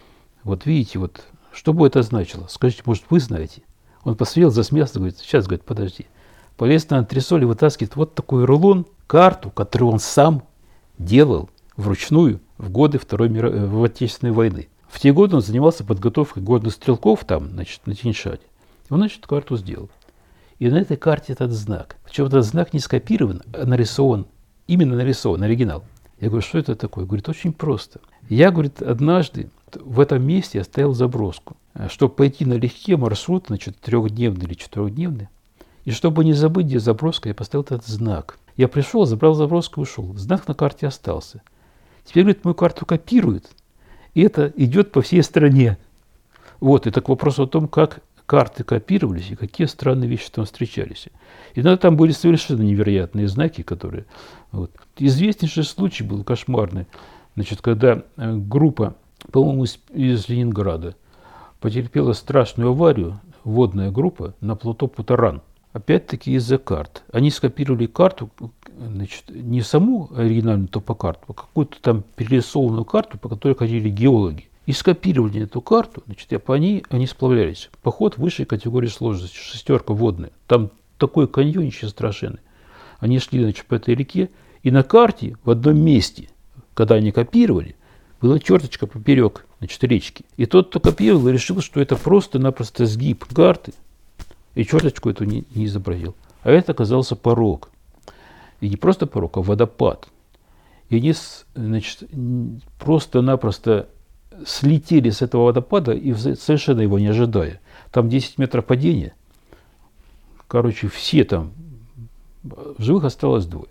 Вот видите, вот что бы это значило? Скажите, может, вы знаете? Он посмотрел, засмеялся, говорит, сейчас, говорит, подожди. Полез на антресоль и вытаскивает вот такой рулон, карту, которую он сам делал вручную в годы Второй мировой Отечественной войны. В те годы он занимался подготовкой горных стрелков там, значит, на Тяньшане. Он, значит, карту сделал. И на этой карте этот знак. Причем этот знак не скопирован, а нарисован, именно нарисован, оригинал. Я говорю, что это такое? Говорит, очень просто. Я, говорит, однажды в этом месте оставил заброску, чтобы пойти налегке маршрут, значит, трехдневный или четырехдневный. И чтобы не забыть, где заброска, я поставил этот знак. Я пришел, забрал заброску и ушел. Знак на карте остался. Теперь, говорит, мою карту копируют. И это идет по всей стране. Вот, это к вопросу о том, как карты копировались и какие странные вещи там встречались. И иногда там были совершенно невероятные знаки, которые... Вот. Известнейший случай был кошмарный. Значит, когда группа, по-моему, из, из Ленинграда потерпела страшную аварию, водная группа, на плато Путаран. Опять-таки из-за карт. Они скопировали карту, значит, не саму оригинальную топокарту, а какую-то там перерисованную карту, по которой ходили геологи. И скопировали эту карту, значит, и по ней они сплавлялись. Поход высшей категории сложности, шестерка водная. Там такой каньонище страшенный. Они шли, значит, по этой реке, и на карте в одном месте, когда они копировали, была черточка поперек, значит, речки. И тот, кто копировал, решил, что это просто-напросто сгиб карты, и черточку эту не, не изобразил. А это оказался порог. И не просто порог, а водопад. И они, значит, просто-напросто слетели с этого водопада и совершенно его не ожидая. Там десять метров падения. Короче, все там, в живых осталось двое.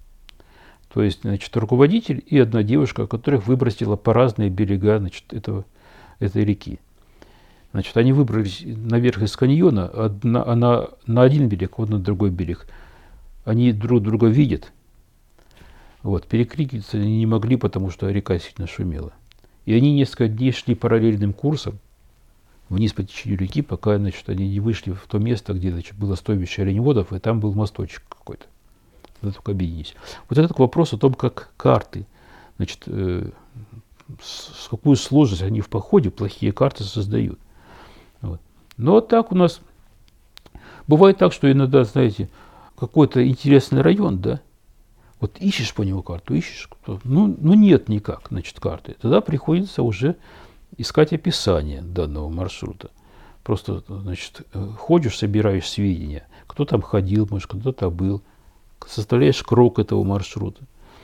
То есть, значит, руководитель и одна девушка, которых выбросила по разные берега, значит, этого, этой реки. Значит, они выбрались наверх из каньона, одна, она на один берег, он на другой берег. Они друг друга видят. Вот, перекрикиваться они не могли, потому что река сильно шумела. И они несколько дней шли параллельным курсом вниз по течению реки, пока, значит, они не вышли в то место, где, значит, было стойбище оленеводов, и там был мосточек какой-то. Тогда только объединились. Вот это вопрос о том, как карты, значит, э, с, с какую сложность они в походе плохие карты создают. Вот. Но так у нас бывает так, что иногда, знаете, какой-то интересный район, да, вот ищешь по нему карту, ищешь, ну, ну нет никак, значит, карты. Тогда приходится уже искать описание данного маршрута. Просто, значит, ходишь, собираешь сведения, кто там ходил, может, кто там был, составляешь крок этого маршрута.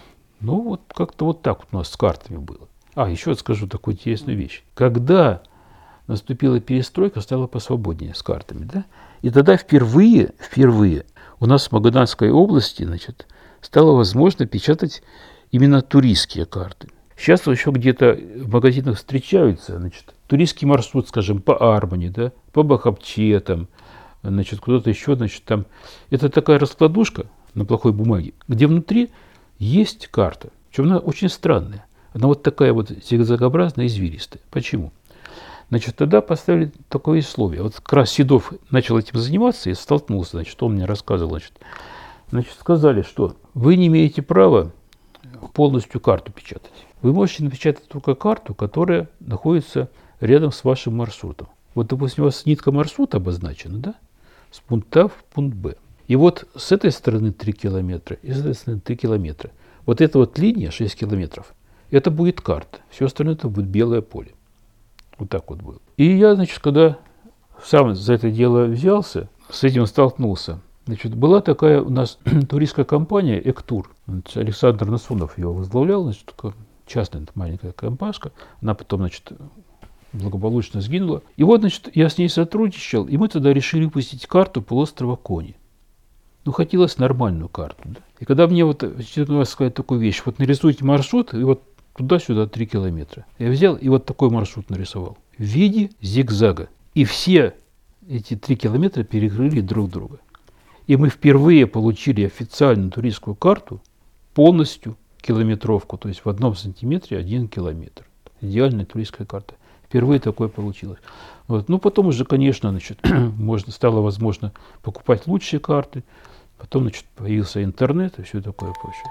Ну, вот как-то вот так вот у нас с картами было. А, еще скажу такую интересную вещь. Когда наступила перестройка, стало посвободнее с картами, да? И тогда впервые, впервые у нас в Магаданской области, значит, стало возможно печатать именно туристские карты. Сейчас еще где-то в магазинах встречаются, значит, туристский маршрут, скажем, по Армане, да, по Бахапче, там, значит, куда-то еще, значит, там. Это такая раскладушка на плохой бумаге, где внутри есть карта. Причем она очень странная. Она вот такая вот зигзагообразная, извилистая. Почему? Значит, тогда поставили такое условие. Вот как раз Седов начал этим заниматься и столкнулся, значит, он мне рассказывал, значит, значит, сказали, что вы не имеете права полностью карту печатать. Вы можете напечатать только карту, которая находится рядом с вашим маршрутом. Вот, допустим, у вас нитка маршрута обозначена, да, с пункта А в пункт Б. И вот с этой стороны три километра, и с этой стороны три километра. Вот эта вот линия, шесть километров, это будет карта. Все остальное это будет белое поле. Вот так вот было. И я, значит, когда сам за это дело взялся, с этим столкнулся. Значит, была такая у нас туристская компания «Эктур». Александр Насунов ее возглавлял, значит, такая частная маленькая компашка. Она потом, значит, благополучно сгинула. И вот, значит, я с ней сотрудничал, и мы тогда решили выпустить карту полуострова Кони. Ну, хотелось нормальную карту. Да? И когда мне вот сказать такую вещь, вот нарисуйте маршрут, и вот туда-сюда три километра. Я взял и вот такой маршрут нарисовал в виде зигзага. И все эти три километра перекрыли друг друга. И мы впервые получили официальную туристскую карту, полностью километровку, то есть в одном сантиметре один километр. Идеальная туристская карта. Впервые такое получилось. Вот. Ну, потом уже, конечно, значит, можно, стало возможно покупать лучшие карты. Потом, значит, появился интернет и все такое прочее.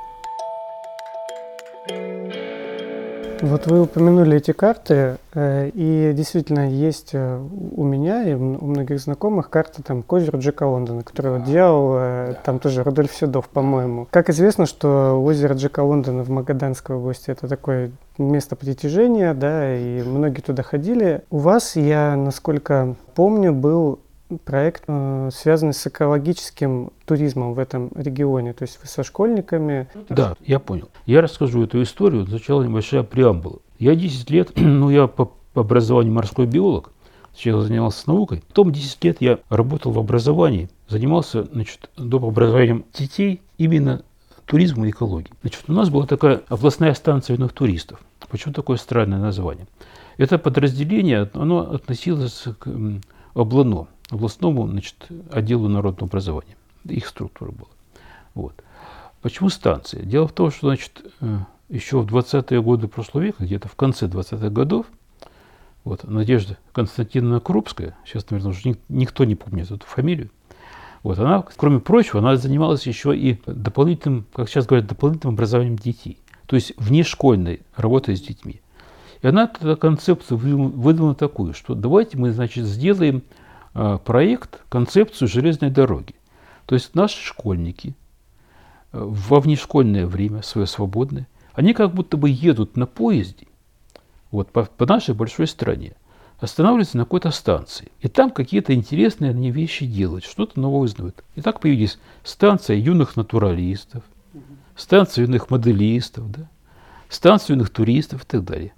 Вот вы упомянули эти карты, и действительно есть у меня и у многих знакомых карта там к озеру Джека Лондона, которую вот делал там тоже Рудольф Седов, по-моему. Как известно, что озеро Джека Лондона в Магаданской области это такое место притяжения, да, и многие туда ходили. У вас, я, насколько помню, был проект, связанный с экологическим туризмом в этом регионе, то есть вы со школьниками. Да, я понял. Я расскажу эту историю. Сначала небольшая преамбула. Я десять лет, ну я по образованию морской биолог, сначала занимался наукой, потом десять лет я работал в образовании, занимался, значит, доп. Образованием детей именно туризмом и экологией. Значит, у нас была такая областная станция юных туристов. Почему такое странное название? Это подразделение, оно относилось к облано. областному, значит, отделу народного образования. Их структура была. Вот. Почему станция? Дело в том, что, значит, еще в двадцатые годы прошлого века, где-то в конце двадцатых годов, вот, Надежда Константиновна Крупская, сейчас, наверное, уже никто не помнит эту фамилию, вот, она, кроме прочего, она занималась еще и дополнительным, как сейчас говорят, дополнительным образованием детей, то есть внешкольной работой с детьми. И она тогда концепцию выдумала такую, что давайте мы, значит, сделаем проект, концепцию железной дороги. То есть наши школьники во внешкольное время, свое свободное, они как будто бы едут на поезде вот, по, по нашей большой стране, останавливаются на какой-то станции. И там какие-то интересные они вещи делают, что-то новое узнают. И так появились станция юных натуралистов, станция юных моделистов, да, станция юных туристов и так далее.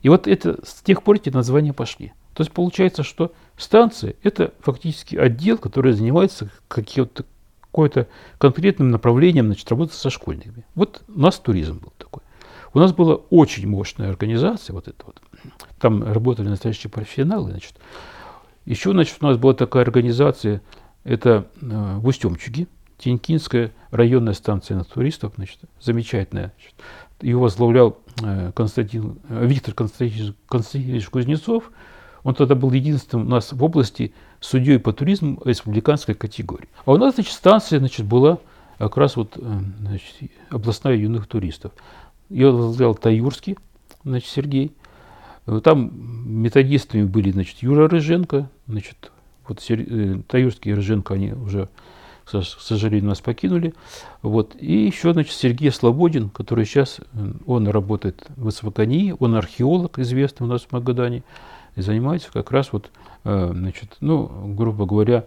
И вот это, с тех пор эти названия пошли. То есть получается, что станция – это фактически отдел, который занимается каким-то, какое-то конкретным направлением, значит, работы со школьниками. Вот у нас туризм был такой. У нас была очень мощная организация, вот это вот. Там работали настоящие профессионалы, значит. Еще, значит, у нас была такая организация, это э, в Устемчуге, Тенькинская районная станция на туристов, значит, замечательная. Значит. Ее возглавлял э, Константин, э, Виктор Константинович, Константинович Кузнецов. Он тогда был единственным у нас в области судьей по туризму республиканской категории. А у нас, значит, станция, значит, была как раз вот, э, значит, областная юных туристов. Ее возглавлял Таюрский, значит, Сергей. Там методистами были, значит, Юра Рыженко, значит, вот Сер... Таюрский и Рыженко, они уже, к сожалению, нас покинули. Вот. И еще, значит, Сергей Слободин, который сейчас, он работает в СВКНИ, он археолог, известный у нас в Магадане, и занимается как раз вот, значит, ну, грубо говоря,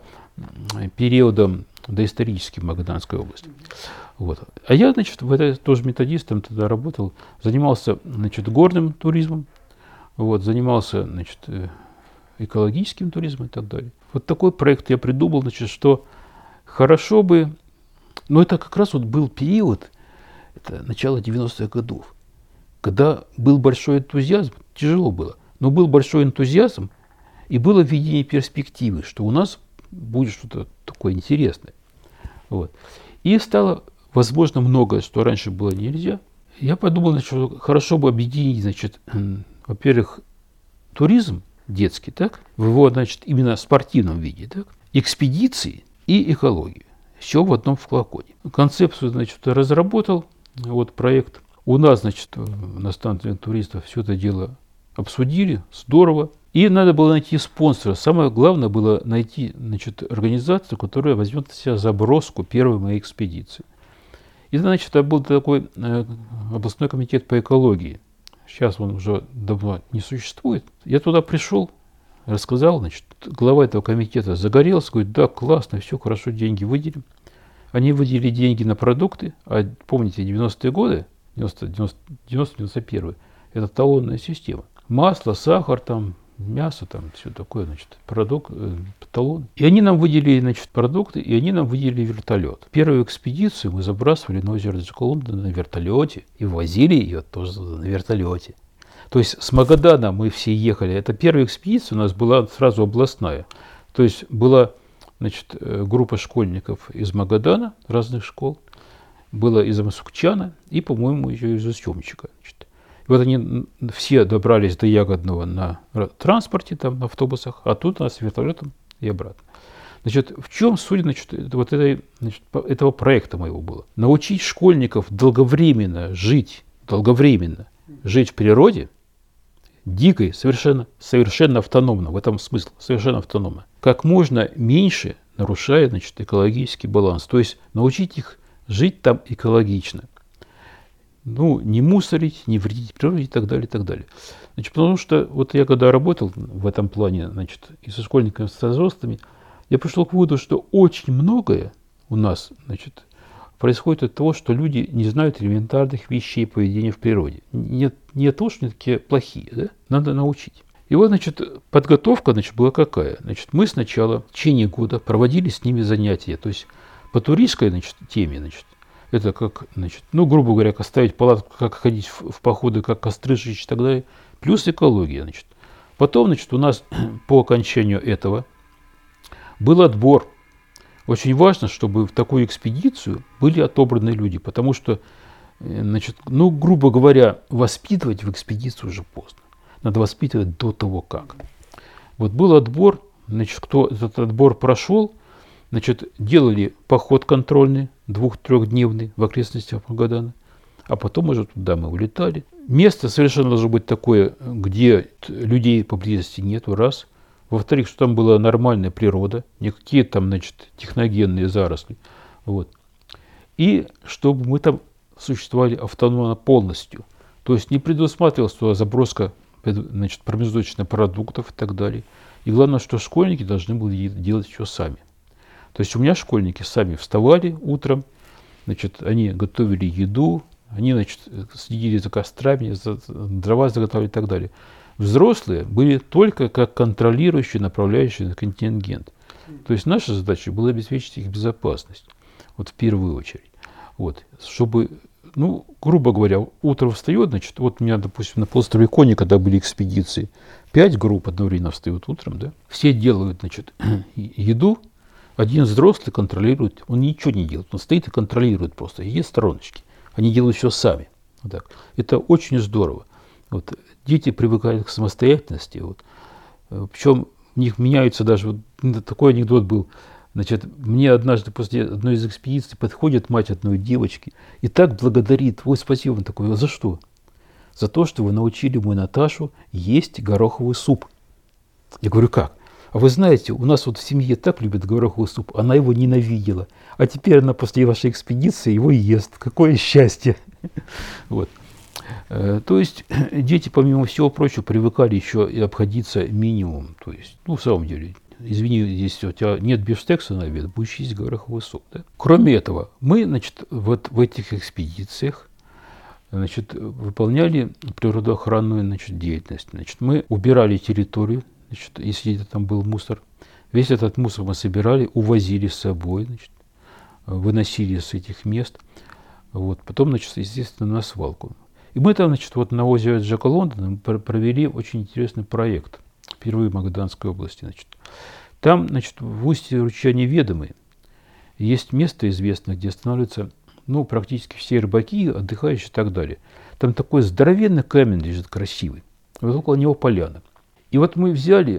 периодом доисторическим в Магаданской области. Вот. А я, значит, в этой, тоже методистом тогда работал, занимался, значит, горным туризмом, вот, занимался, значит, экологическим туризмом и так далее. Вот такой проект я придумал, значит, что хорошо бы, но это как раз вот был период, это начало девяностых годов, когда был большой энтузиазм, тяжело было, но был большой энтузиазм и было видение перспективы, что у нас будет что-то такое интересное. Вот. И стало возможно многое, что раньше было нельзя. Я подумал, значит, что хорошо бы объединить, значит, во-первых, туризм детский, так, в его, значит, именно спортивном виде, так, экспедиции и экологию. Все в одном флаконе. Концепцию, значит, разработал, вот проект. У нас, значит, на станции туристов все это дело обсудили, здорово. И надо было найти спонсора. Самое главное было найти, значит, организацию, которая возьмет на себя заброску первой моей экспедиции. И, значит, это был такой э, областной комитет по экологии. Сейчас он уже давно не существует. Я туда пришел, рассказал, значит, глава этого комитета загорелся, говорит, да, классно, все хорошо, деньги выделим. Они выделили деньги на продукты, а помните, девяностые годы, девяносто-девяносто первый, это талонная система. Масло, сахар, там, мясо, там, все такое, значит, продукт, э, талон. И они нам выделили, значит, продукты, и они нам выделили вертолет. Первую экспедицию мы забрасывали на озеро Джакалунда на вертолете и возили ее тоже на вертолете. То есть с Магадана мы все ехали. Это первая экспедиция у нас была сразу областная. То есть была, значит, группа школьников из Магадана, разных школ, была из Амсукчана и, по-моему, еще из Устемчика. И вот они все добрались до Ягодного на транспорте, там, на автобусах, а тут у нас вертолетом и обратно. Значит, в чем суть, значит, вот этой, значит, этого проекта моего было? Научить школьников долговременно жить, долговременно жить в природе, дикой, совершенно, совершенно автономно, в этом смысл, совершенно автономно, как можно меньше нарушая, значит, экологический баланс. То есть научить их жить там экологично. Ну, не мусорить, не вредить природе и так далее, и так далее. Значит, потому что вот я когда работал в этом плане, значит, и со школьниками, и со взрослыми, я пришел к выводу, что очень многое у нас, значит, происходит от того, что люди не знают элементарных вещей поведения в природе. Не, не от того, что они такие плохие, да? Надо научить. И вот, значит, подготовка, значит, была какая? Значит, мы сначала в течение года проводили с ними занятия, то есть по туристской, значит, теме, значит, это как, значит, ну, грубо говоря, как ставить палатку, как ходить в, в походы, как костры жечь и так далее. Плюс экология, значит. Потом, значит, у нас по окончанию этого был отбор. Очень важно, чтобы в такую экспедицию были отобраны люди, потому что, значит, ну, грубо говоря, воспитывать в экспедицию уже поздно. Надо воспитывать до того, как. Вот был отбор, значит, кто этот отбор прошел, значит, делали поход контрольный, двух-трехдневный в окрестностях Магадана, а потом уже туда мы улетали. Место совершенно должно быть такое, где людей поблизости нету, раз. Во-вторых, что там была нормальная природа, никакие там, значит, техногенные заросли. Вот. И чтобы мы там существовали автономно полностью. То есть не предусматривалась туда заброска, значит, промежуточных продуктов и так далее. И главное, что школьники должны были делать все сами. То есть у меня школьники сами вставали утром, значит, они готовили еду, Они, значит, следили за кострами, за, дрова заготавливали и так далее. Взрослые были только как контролирующий, направляющий контингент. То есть наша задача была обеспечить их безопасность, вот в первую очередь. Вот, чтобы, ну, грубо говоря, утром встает, значит, вот у меня, допустим, на полуострове Кони, когда были экспедиции, пять групп одновременно встают утром, да, все делают, значит, еду, один взрослый контролирует, он ничего не делает, он стоит и контролирует просто, есть стороночки, они делают все сами. Вот так. Это очень здорово. Вот, дети привыкают к самостоятельности, вот, причем у них меняются даже, вот, такой анекдот был, значит, мне однажды после одной из экспедиций подходит мать одной девочки и так благодарит, ой, спасибо вам такое, за что? За то, что вы научили мою Наташу есть гороховый суп. Я говорю, как? А вы знаете, у нас вот в семье так любят гороховый суп, она его ненавидела. А теперь она после вашей экспедиции его ест. Какое счастье! Вот. То есть дети, помимо всего прочего, привыкали еще и обходиться минимумом. То есть, ну, в самом деле, извини, если у тебя нет бифштекса на обед, будешь есть гороховый суп. Да? Кроме этого, мы, значит, вот в этих экспедициях, значит, выполняли природоохранную, значит, деятельность. Значит, мы убирали территорию. Значит, если там был мусор, весь этот мусор мы собирали, увозили с собой, значит, выносили с этих мест. Вот. Потом, значит, естественно, на свалку. И мы там, значит, вот на озере Джека Лондона провели очень интересный проект. Впервые в Магаданской области. Значит. Там, значит, в устье ручья Неведомый есть место известное, где останавливаются, ну, практически все рыбаки, отдыхающие и так далее. Там такой здоровенный камень лежит, красивый. Вот около него поляна. И вот мы взяли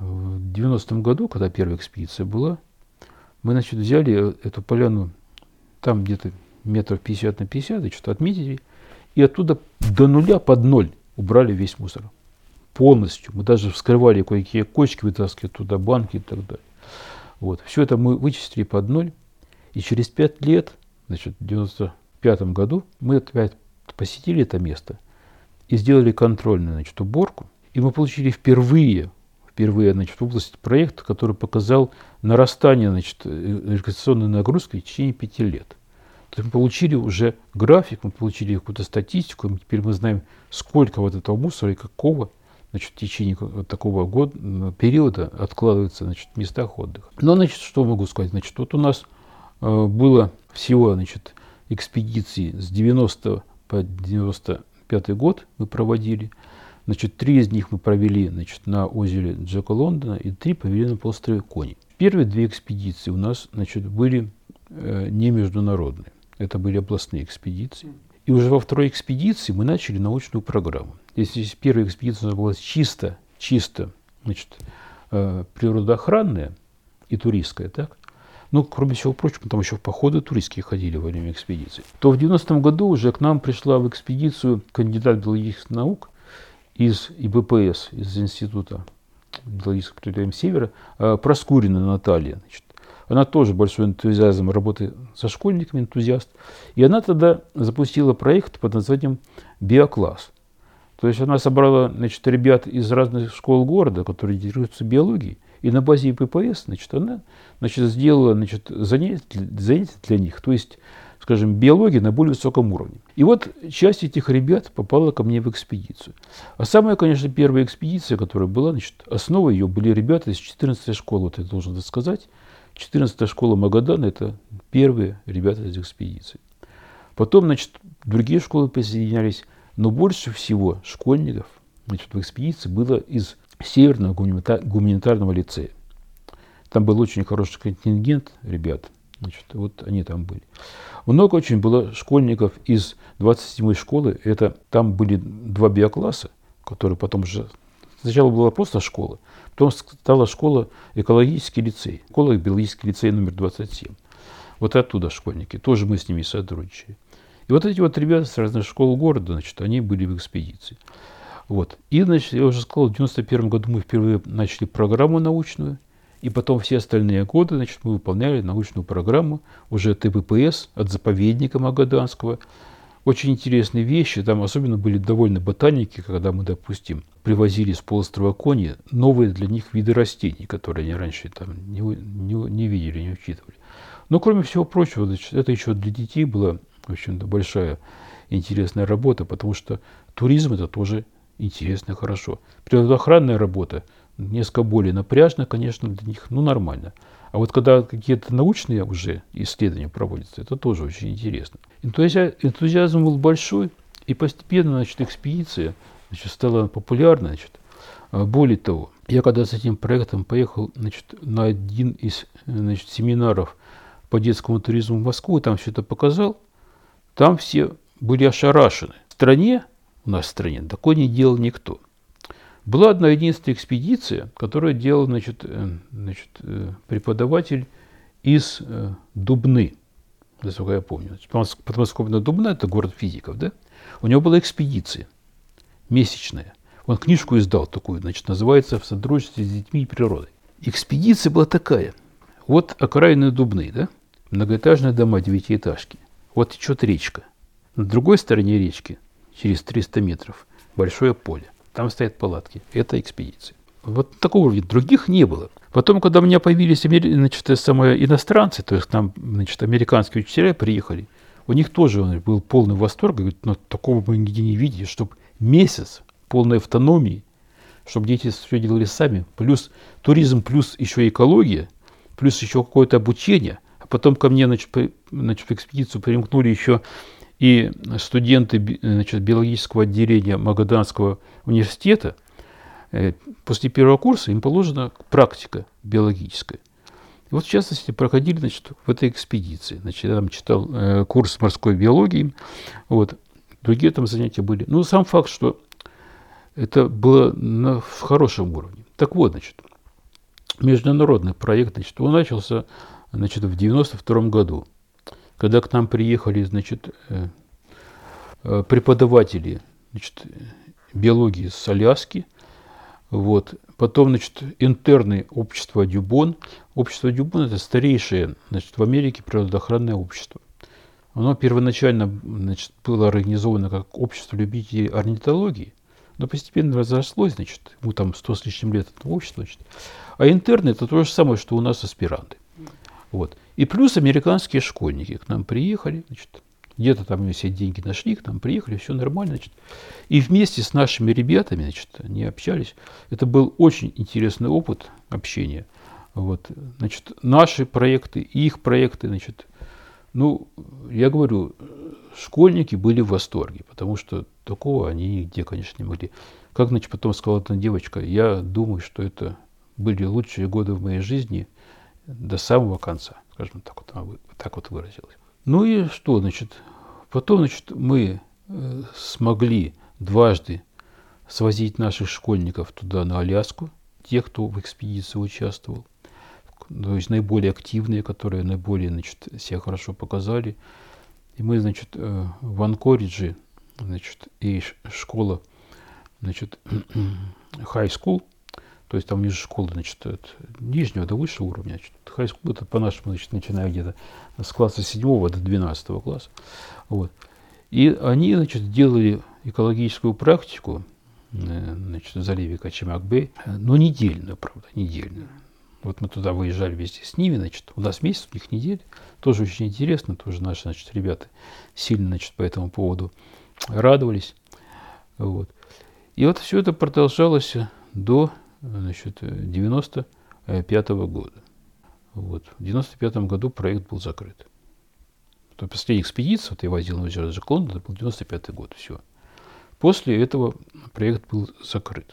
в девяностом году, когда первая экспедиция была, мы, значит, взяли эту поляну, там где-то метров пятьдесят на пятьдесят, и что-то отметили, и оттуда до нуля под ноль убрали весь мусор. Полностью. Мы даже вскрывали кое-какие кочки, вытаскивали туда банки и так далее. Вот. Все это мы вычистили под ноль, и через пять лет, значит, в девяносто пятом году, мы опять посетили это место и сделали контрольную, значит, уборку. И мы получили впервые, впервые, значит, в области проекта, который показал нарастание, значит, ирригационной нагрузки в течение пяти лет. То есть мы получили уже график, мы получили какую-то статистику, и теперь мы знаем, сколько вот этого мусора и какого, значит, в течение вот такого года, периода откладывается, значит, в местах отдыха. Но, значит, что могу сказать? Значит, вот у нас э, было всего, значит, экспедиций с девяностого по девяносто пятый год мы проводили. Значит, три из них мы провели, значит, на озере Джека Лондона и три провели на полуострове Кони. Первые две экспедиции у нас, значит, были э, не международные. Это были областные экспедиции. И уже во второй экспедиции мы начали научную программу. Если первая экспедиция была чисто, чисто, значит, э, природоохранная и туристская, так? Ну, кроме всего прочего, там еще в походы туристские ходили во время экспедиции. То в девяностом году уже к нам пришла в экспедицию кандидат биологических наук из И Б П С, из Института биологического предприятия Севера, Проскурина Наталья. Значит, она тоже большой энтузиазм работы со школьниками, энтузиаст. И она тогда запустила проект под названием «Биокласс». То есть она собрала, значит, ребят из разных школ города, которые интересуются биологией, и на базе И Б П С, значит, она, значит, сделала, значит, занятия, занятия для них. То есть, скажем, биология на более высоком уровне. И вот часть этих ребят попала ко мне в экспедицию. А самая, конечно, первая экспедиция, которая была, значит, основой ее были ребята из четырнадцатой школы, вот я должен это сказать. четырнадцатая школа Магадана – это первые ребята из экспедиции. Потом, значит, другие школы присоединялись, но больше всего школьников, значит, в экспедиции было из Северного гуманитарного лицея. Там был очень хороший контингент ребят. Значит, вот они там были. Много очень было школьников из двадцать седьмой школы. Это, там были два биокласса, которые потом уже... Сначала была просто школа, потом стала школа экологический лицей. Школа биологический лицей номер двадцать семь. Вот оттуда школьники. Тоже мы с ними сотрудничали. И вот эти вот ребята с разных школ города, значит, они были в экспедиции. Вот. И, значит, я уже сказал, в девяносто первом году мы впервые начали программу научную. И потом все остальные годы, значит, мы выполняли научную программу уже от И Б П С, от заповедника Магаданского. Очень интересные вещи. Там особенно были довольны ботаники, когда мы, допустим, привозили с полуострова Кони новые для них виды растений, которые они раньше там не, не, не видели, не учитывали. Но, кроме всего прочего, значит, это еще для детей была, в общем-то, большая интересная работа, потому что туризм – это тоже интересно и хорошо. Природоохранная работа несколько более напряжна, конечно, для них, ну, нормально. А вот когда какие-то научные уже исследования проводятся, это тоже очень интересно. Энтузиазм был большой, и постепенно, значит, экспедиция, значит, стала популярна. Значит. Более того, я когда с этим проектом поехал, значит, на один из, значит, семинаров по детскому туризму в Москву, там все это показал, там все были ошарашены. В стране, у нас в стране, такое не делал никто. Была одна единственная экспедиция, которую делал, значит, значит, преподаватель из Дубны, насколько я помню. Подмосковная Дубна – это город физиков, да? У него была экспедиция месячная. Он книжку издал такую, значит, называется «В содружестве с детьми и природой». Экспедиция была такая. Вот окраины Дубны, да? Многоэтажные дома, девятиэтажки. Вот течет речка. На другой стороне речки, через триста метров, большое поле. Там стоят палатки. Это экспедиция. Вот такого уровня. Других не было. Потом, когда у меня появились, значит, самые иностранцы, то есть к нам, значит, американские учителя приехали, у них тоже был полный восторг. Говорит, ну, такого мы нигде не видели, чтобы месяц полной автономии, чтобы дети все делали сами, плюс туризм, плюс еще экология, плюс еще какое-то обучение. А потом ко мне, значит, значит, в экспедицию примкнули еще и студенты, значит, биологического отделения Магаданского университета. После первого курса им положена практика биологическая. И вот, в частности, проходили, значит, в этой экспедиции. Значит, я там читал э, курс морской биологии. Вот. Другие там занятия были. Ну, сам факт, что это было на, в хорошем уровне. Так вот, значит, международный проект, значит, он начался, значит, в девяносто втором году, когда к нам приехали, значит, э, э, преподаватели, значит, биологии с Аляски. Вот. Потом, значит, интерны общества Дюбон. Общество Дюбон – это старейшее, значит, в Америке природоохранное общество. Оно первоначально, значит, было организовано как общество любителей орнитологии, но постепенно разрослось, значит, ему там сто с лишним лет это общество, значит. А интерны – это то же самое, что у нас аспиранты. Вот. И плюс американские школьники к нам приехали, значит, где-то там все деньги нашли, к нам приехали, все нормально, значит. И вместе с нашими ребятами, значит, они общались. Это был очень интересный опыт общения. Вот. Значит, наши проекты, их проекты, значит, ну, я говорю, школьники были в восторге, потому что такого они нигде, конечно, не могли. Как, значит, потом сказала одна девочка, я думаю, что это были лучшие годы в моей жизни до самого конца, скажем так, вот она так вот выразилась. Ну и что, значит, потом, значит, мы э, смогли дважды свозить наших школьников туда, на Аляску, тех, кто в экспедиции участвовал, то есть наиболее активные, которые наиболее, значит, себя хорошо показали. И мы, значит, э, в Анкоридже, значит, и школа, значит, high school, то есть там ниже школы, значит, от нижнего до высшего уровня. Значит, high school это по-нашему, значит, начиная где-то с класса седьмого до двенадцатого класса. Вот. И они, значит, делали экологическую практику, э, значит, в заливе Качемак-Бэй, но недельную, правда, недельную. Вот мы туда выезжали вместе с ними, значит, у нас месяц, у них неделя. Тоже очень интересно, тоже наши, значит, ребята сильно, значит, по этому поводу радовались. Вот. И вот все это продолжалось до, значит, девяносто пятого года. Вот. В девяносто пятом году проект был закрыт. То последняя экспедиция, вот я возил на озеро Джеклонд, это был девяносто пятый год, все. После этого проект был закрыт.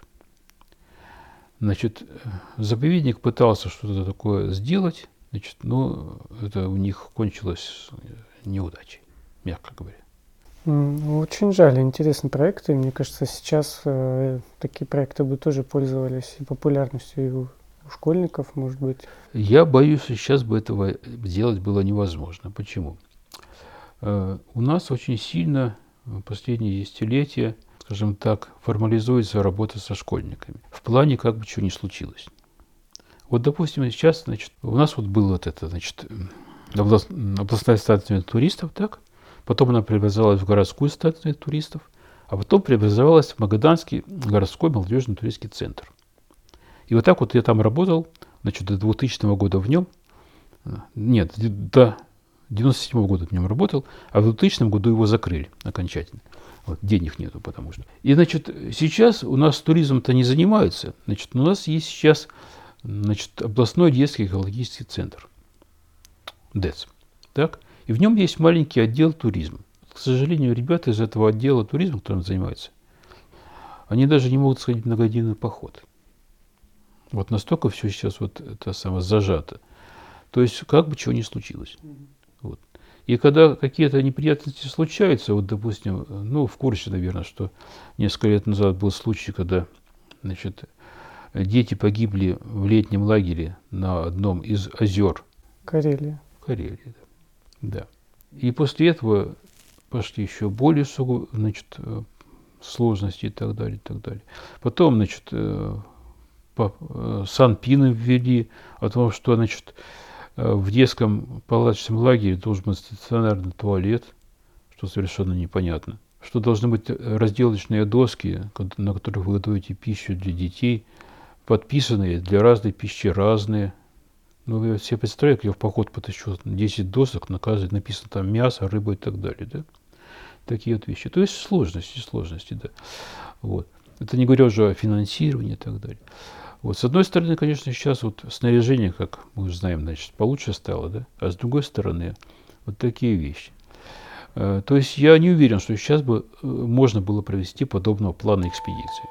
Значит, заповедник пытался что-то такое сделать, значит, но это у них кончилось неудачей, мягко говоря. Очень жаль, интересный проект, и мне кажется, сейчас э, такие проекты бы тоже пользовались и популярностью и у, у школьников, может быть. Я боюсь, что сейчас бы этого сделать было невозможно. Почему? Э, у нас очень сильно в последние десятилетия, скажем так, формализуется работа со школьниками. В плане, как бы чего ни случилось. Вот, допустим, сейчас, значит, у нас вот было вот это, значит, област, областная станция туристов, так? Потом она преобразовалась в городскую станцию туристов, а потом преобразовалась в Магаданский городской молодежный туристский центр. И вот так вот я там работал, значит, до двухтысячного года в нем, нет, до девяносто седьмого года в нем работал, а в двухтысячном году его закрыли окончательно. Вот, денег нету, потому что. И, значит, сейчас у нас туризмом-то не занимаются. Значит, у нас есть сейчас, значит, областной детский экологический центр. ДЭЦ. Так? И в нем есть маленький отдел туризма. К сожалению, ребята из этого отдела туризма, которым занимаются, они даже не могут сходить в многодневный поход. Вот настолько все сейчас вот это самое зажато. То есть, как бы чего ни случилось. Вот. И когда какие-то неприятности случаются, вот, допустим, ну, в курсе, наверное, что несколько лет назад был случай, когда, значит, дети погибли в летнем лагере на одном из озер. Карелия. Карелия, да. да. И после этого пошли еще более сугубо, значит, сложности и так далее, и так далее. Потом, значит, санпины ввели о том, что, значит, в детском палаточном лагере должен быть стационарный туалет, что совершенно непонятно. Что должны быть разделочные доски, на которых вы готовите пищу для детей, подписанные для разной пищи разные. Ну, вы себе представляете, как я в поход потащу десять досок, на каждой написано там мясо, рыба и так далее, да? Такие вот вещи. То есть сложности, сложности, да. Вот. Это не говоря уже о финансировании и так далее. Вот. С одной стороны, конечно, сейчас вот снаряжение, как мы уже знаем, значит, получше стало, да? А с другой стороны, вот такие вещи. То есть я не уверен, что сейчас бы можно было провести подобного плана экспедиции.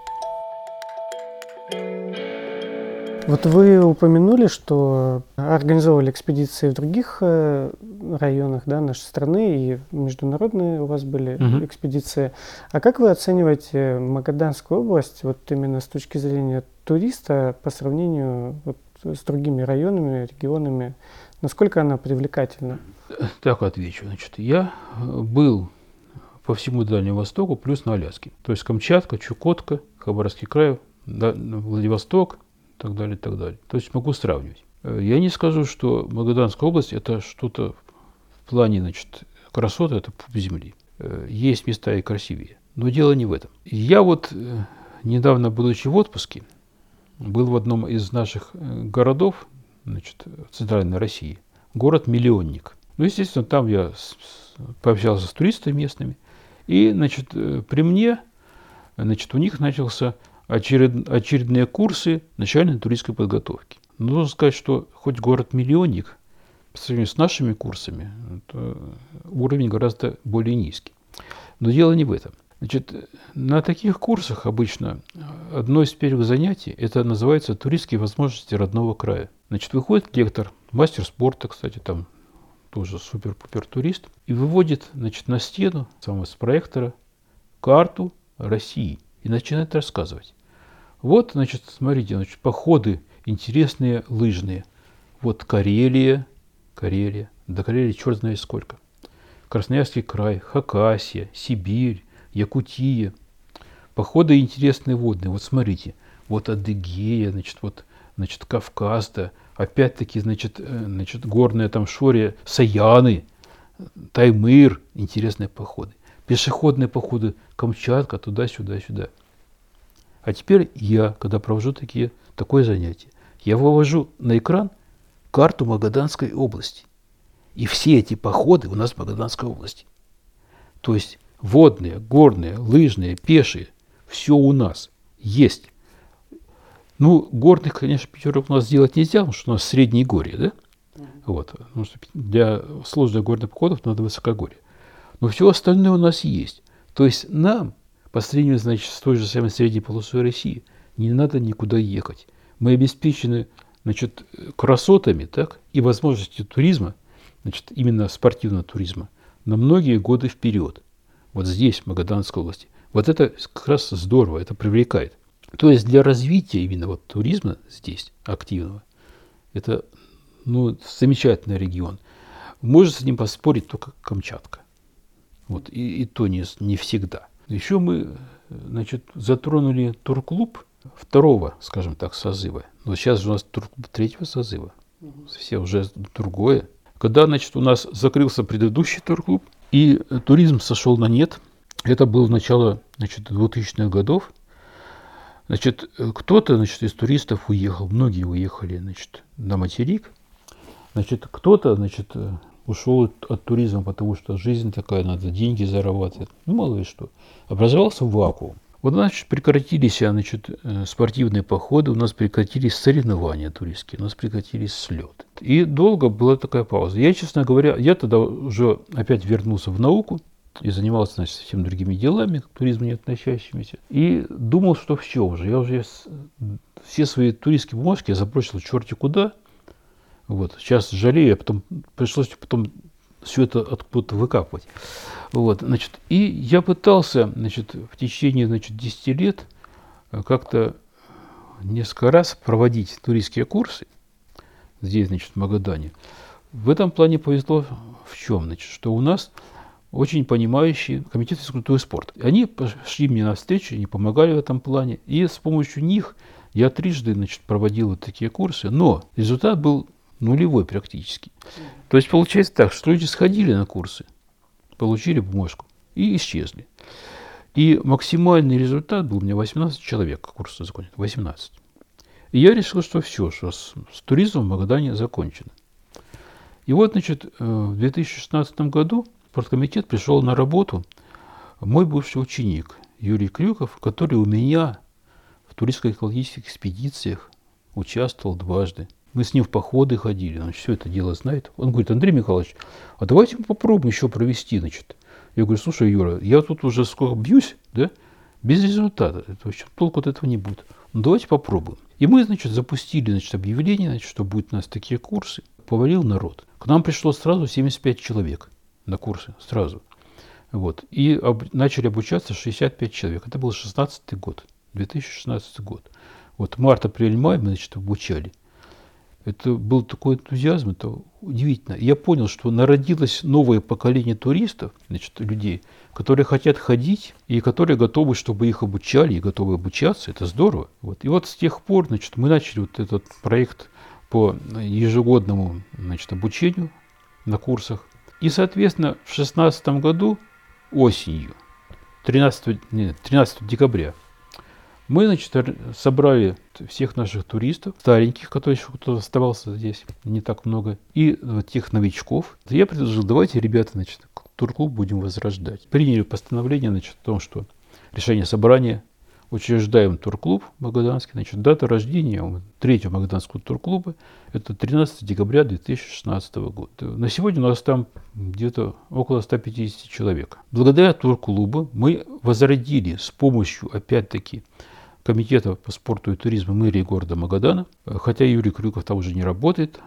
Вот вы упомянули, что организовывали экспедиции в других районах, да, нашей страны, и международные у вас были uh-huh. экспедиции. А как вы оцениваете Магаданскую область вот именно с точки зрения туриста по сравнению вот с другими районами, регионами? Насколько она привлекательна? Так отвечу. Значит, я был по всему Дальнему Востоку, плюс на Аляске. То есть Камчатка, Чукотка, Хабаровский край, Владивосток, и так далее, и так далее. То есть могу сравнивать. Я не скажу, что Магаданская область это что-то в плане, значит, красоты, это пуп земли. Есть места и красивее. Но дело не в этом. Я вот недавно, будучи в отпуске, был в одном из наших городов, значит, в Центральной России, город-миллионник. Ну, естественно, там я пообщался с туристами местными. И, значит, при мне, значит, у них начался Очеред, очередные курсы начальной туристской подготовки. Но нужно сказать, что хоть город-миллионник, по сравнению с нашими курсами, уровень гораздо более низкий. Но дело не в этом. Значит, на таких курсах обычно одно из первых занятий, это называется «Туристские возможности родного края». Значит, выходит лектор, мастер спорта, кстати, там тоже супер-пупер турист, и выводит, значит, на стену, самого с проектора, карту России. И начинает рассказывать. Вот, значит, смотрите, значит, походы интересные, лыжные. Вот Карелия, Карелия, до Карелии черт знает сколько. Красноярский край, Хакасия, Сибирь, Якутия. Походы интересные водные. Вот смотрите, вот Адыгея, значит, вот, значит, Кавказ, да, опять-таки, значит, значит, горная там Шория, Саяны, Таймыр, интересные походы. Пешеходные походы, Камчатка, туда-сюда, сюда. А теперь я, когда провожу такие, такое занятие, я вывожу на экран карту Магаданской области. И все эти походы у нас в Магаданской области. То есть водные, горные, лыжные, пешие, все у нас есть. Ну, горных, конечно, пятерок у нас сделать нельзя, потому что у нас средние горья, да? Mm-hmm. Вот. Потому что для сложных горных походов надо высокогорье. Но все остальное у нас есть. То есть нам, по сравнению, значит, с той же самой средней полосой России, не надо никуда ехать. Мы обеспечены, значит, красотами, так, и возможностью туризма, значит, именно спортивного туризма, на многие годы вперед. Вот здесь, в Магаданской области. Вот это как раз здорово, это привлекает. То есть для развития именно вот туризма здесь, активного, это, ну, замечательный регион. Может с ним поспорить только Камчатка. Вот, и, и то не, не всегда. Еще мы, значит, затронули турклуб второго, скажем так, созыва. Но сейчас же у нас турклуб третьего созыва. Все уже другое. Когда, значит, у нас закрылся предыдущий турклуб, и туризм сошел на нет, это было начало, значит, двухтысячных годов. Значит, кто-то, значит, из туристов уехал, многие уехали, значит, на материк. Значит, кто-то, значит, ушел от, от туризма, потому что жизнь такая, надо деньги зарабатывать. Ну, мало ли что. Образовался вакуум. Вот, значит, прекратились, значит, спортивные походы, у нас прекратились соревнования туристские, у нас прекратились слеты. И долго была такая пауза. Я, честно говоря, я тогда уже опять вернулся в науку и занимался, значит, совсем другими делами, к туризму не относящимися. И думал, что все уже, я уже все свои туристские бумажки я забросил черти куда. Вот. Сейчас жалею, а потом пришлось потом все это откуда-то выкапывать. Вот, значит, и я пытался, значит, в течение, значит, десяти лет как-то несколько раз проводить туристские курсы здесь, значит, в Магадане. В этом плане повезло в чем? Значит, что у нас очень понимающий комитет физкультуры и спорта. Они пошли мне навстречу, они помогали в этом плане. И с помощью них я трижды, значит, проводил вот такие курсы. Но результат был нулевой практически. То есть получается так, что люди сходили на курсы, получили бумажку и исчезли. И максимальный результат был у меня восемнадцать человек, курсы закончили, восемнадцать. И я решил, что все, что с, с туризмом в Магадане закончено. И вот, значит, в две тысячи шестнадцатом году в спорткомитет пришел на работу мой бывший ученик Юрий Крюков, который у меня в туристско-экологических экспедициях участвовал дважды. Мы с ним в походы ходили, он все это дело знает. Он говорит: Андрей Михайлович, а давайте мы попробуем еще провести, значит. Я говорю: слушай, Юра, я тут уже сколько бьюсь, да, без результата. Это вообще толку от этого не будет. Ну, давайте попробуем. И мы, значит, запустили, значит, объявление, значит, что будут у нас такие курсы. Повалил народ. К нам пришло сразу семьдесят пять человек на курсы, сразу. Вот. И об, начали обучаться шестьдесят пять человек. Это был шестнадцатый год, две тысячи шестнадцатый год. Вот март, апрель, май мы, значит, обучали. Это был такой энтузиазм, это удивительно. Я понял, что народилось новое поколение туристов, значит, людей, которые хотят ходить и которые готовы, чтобы их обучали и готовы обучаться. Это здорово. Вот. И вот с тех пор, значит, мы начали вот этот проект по ежегодному, значит, обучению на курсах. И, соответственно, в две тысячи шестнадцатом году осенью, тринадцатого, нет, тринадцатого декабря, мы, значит, собрали всех наших туристов, стареньких, которые еще кто-то оставался здесь, не так много, и вот тех новичков. Я предложил: давайте, ребята, значит, турклуб будем возрождать. Приняли постановление, значит, о том, что решение собрания, учреждаем турклуб магаданский, значит, дата рождения третьего магаданского турклуба – это тринадцатого декабря две тысячи шестнадцатого года. На сегодня у нас там где-то около ста пятидесяти человек. Благодаря турклубу мы возродили с помощью, опять-таки, комитета по спорту и туризму мэрии города Магадана, хотя Юрий Крюков там уже не работает,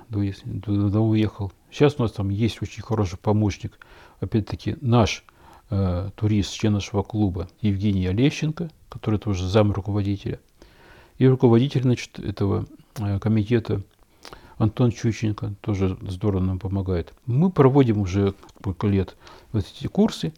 давно уехал. Сейчас у нас там есть очень хороший помощник, опять-таки, наш э, турист, член нашего клуба Евгений Олещенко, который тоже зам руководителя, и руководитель, значит, этого э, комитета Антон Чученко, тоже здорово нам помогает. Мы проводим уже сколько лет вот эти курсы,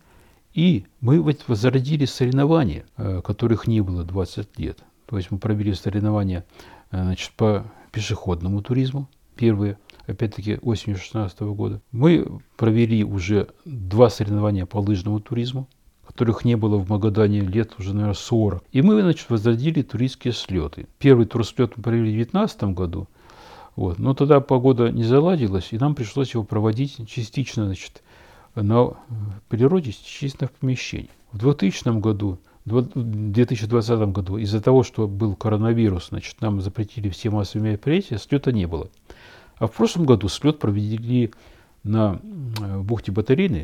и мы вот возродили соревнования, э, которых не было двадцать лет. То есть мы провели соревнования, э, значит, по пешеходному туризму, первые, опять-таки, осенью две тысячи шестнадцатого года. Мы провели уже два соревнования по лыжному туризму, которых не было в Магадане лет уже, наверное, сорок. И мы, значит, возродили туристские слеты. Первый турслет мы провели в две тысячи девятнадцатом году, вот, но тогда погода не заладилась, и нам пришлось его проводить частично, значит, на природе, частично в помещении. В двухтысячном году, в две тысячи двадцатом году из-за того, что был коронавирус, значит, нам запретили все массовые мероприятия, слета не было. А в прошлом году слет провели на бухте Батарейной.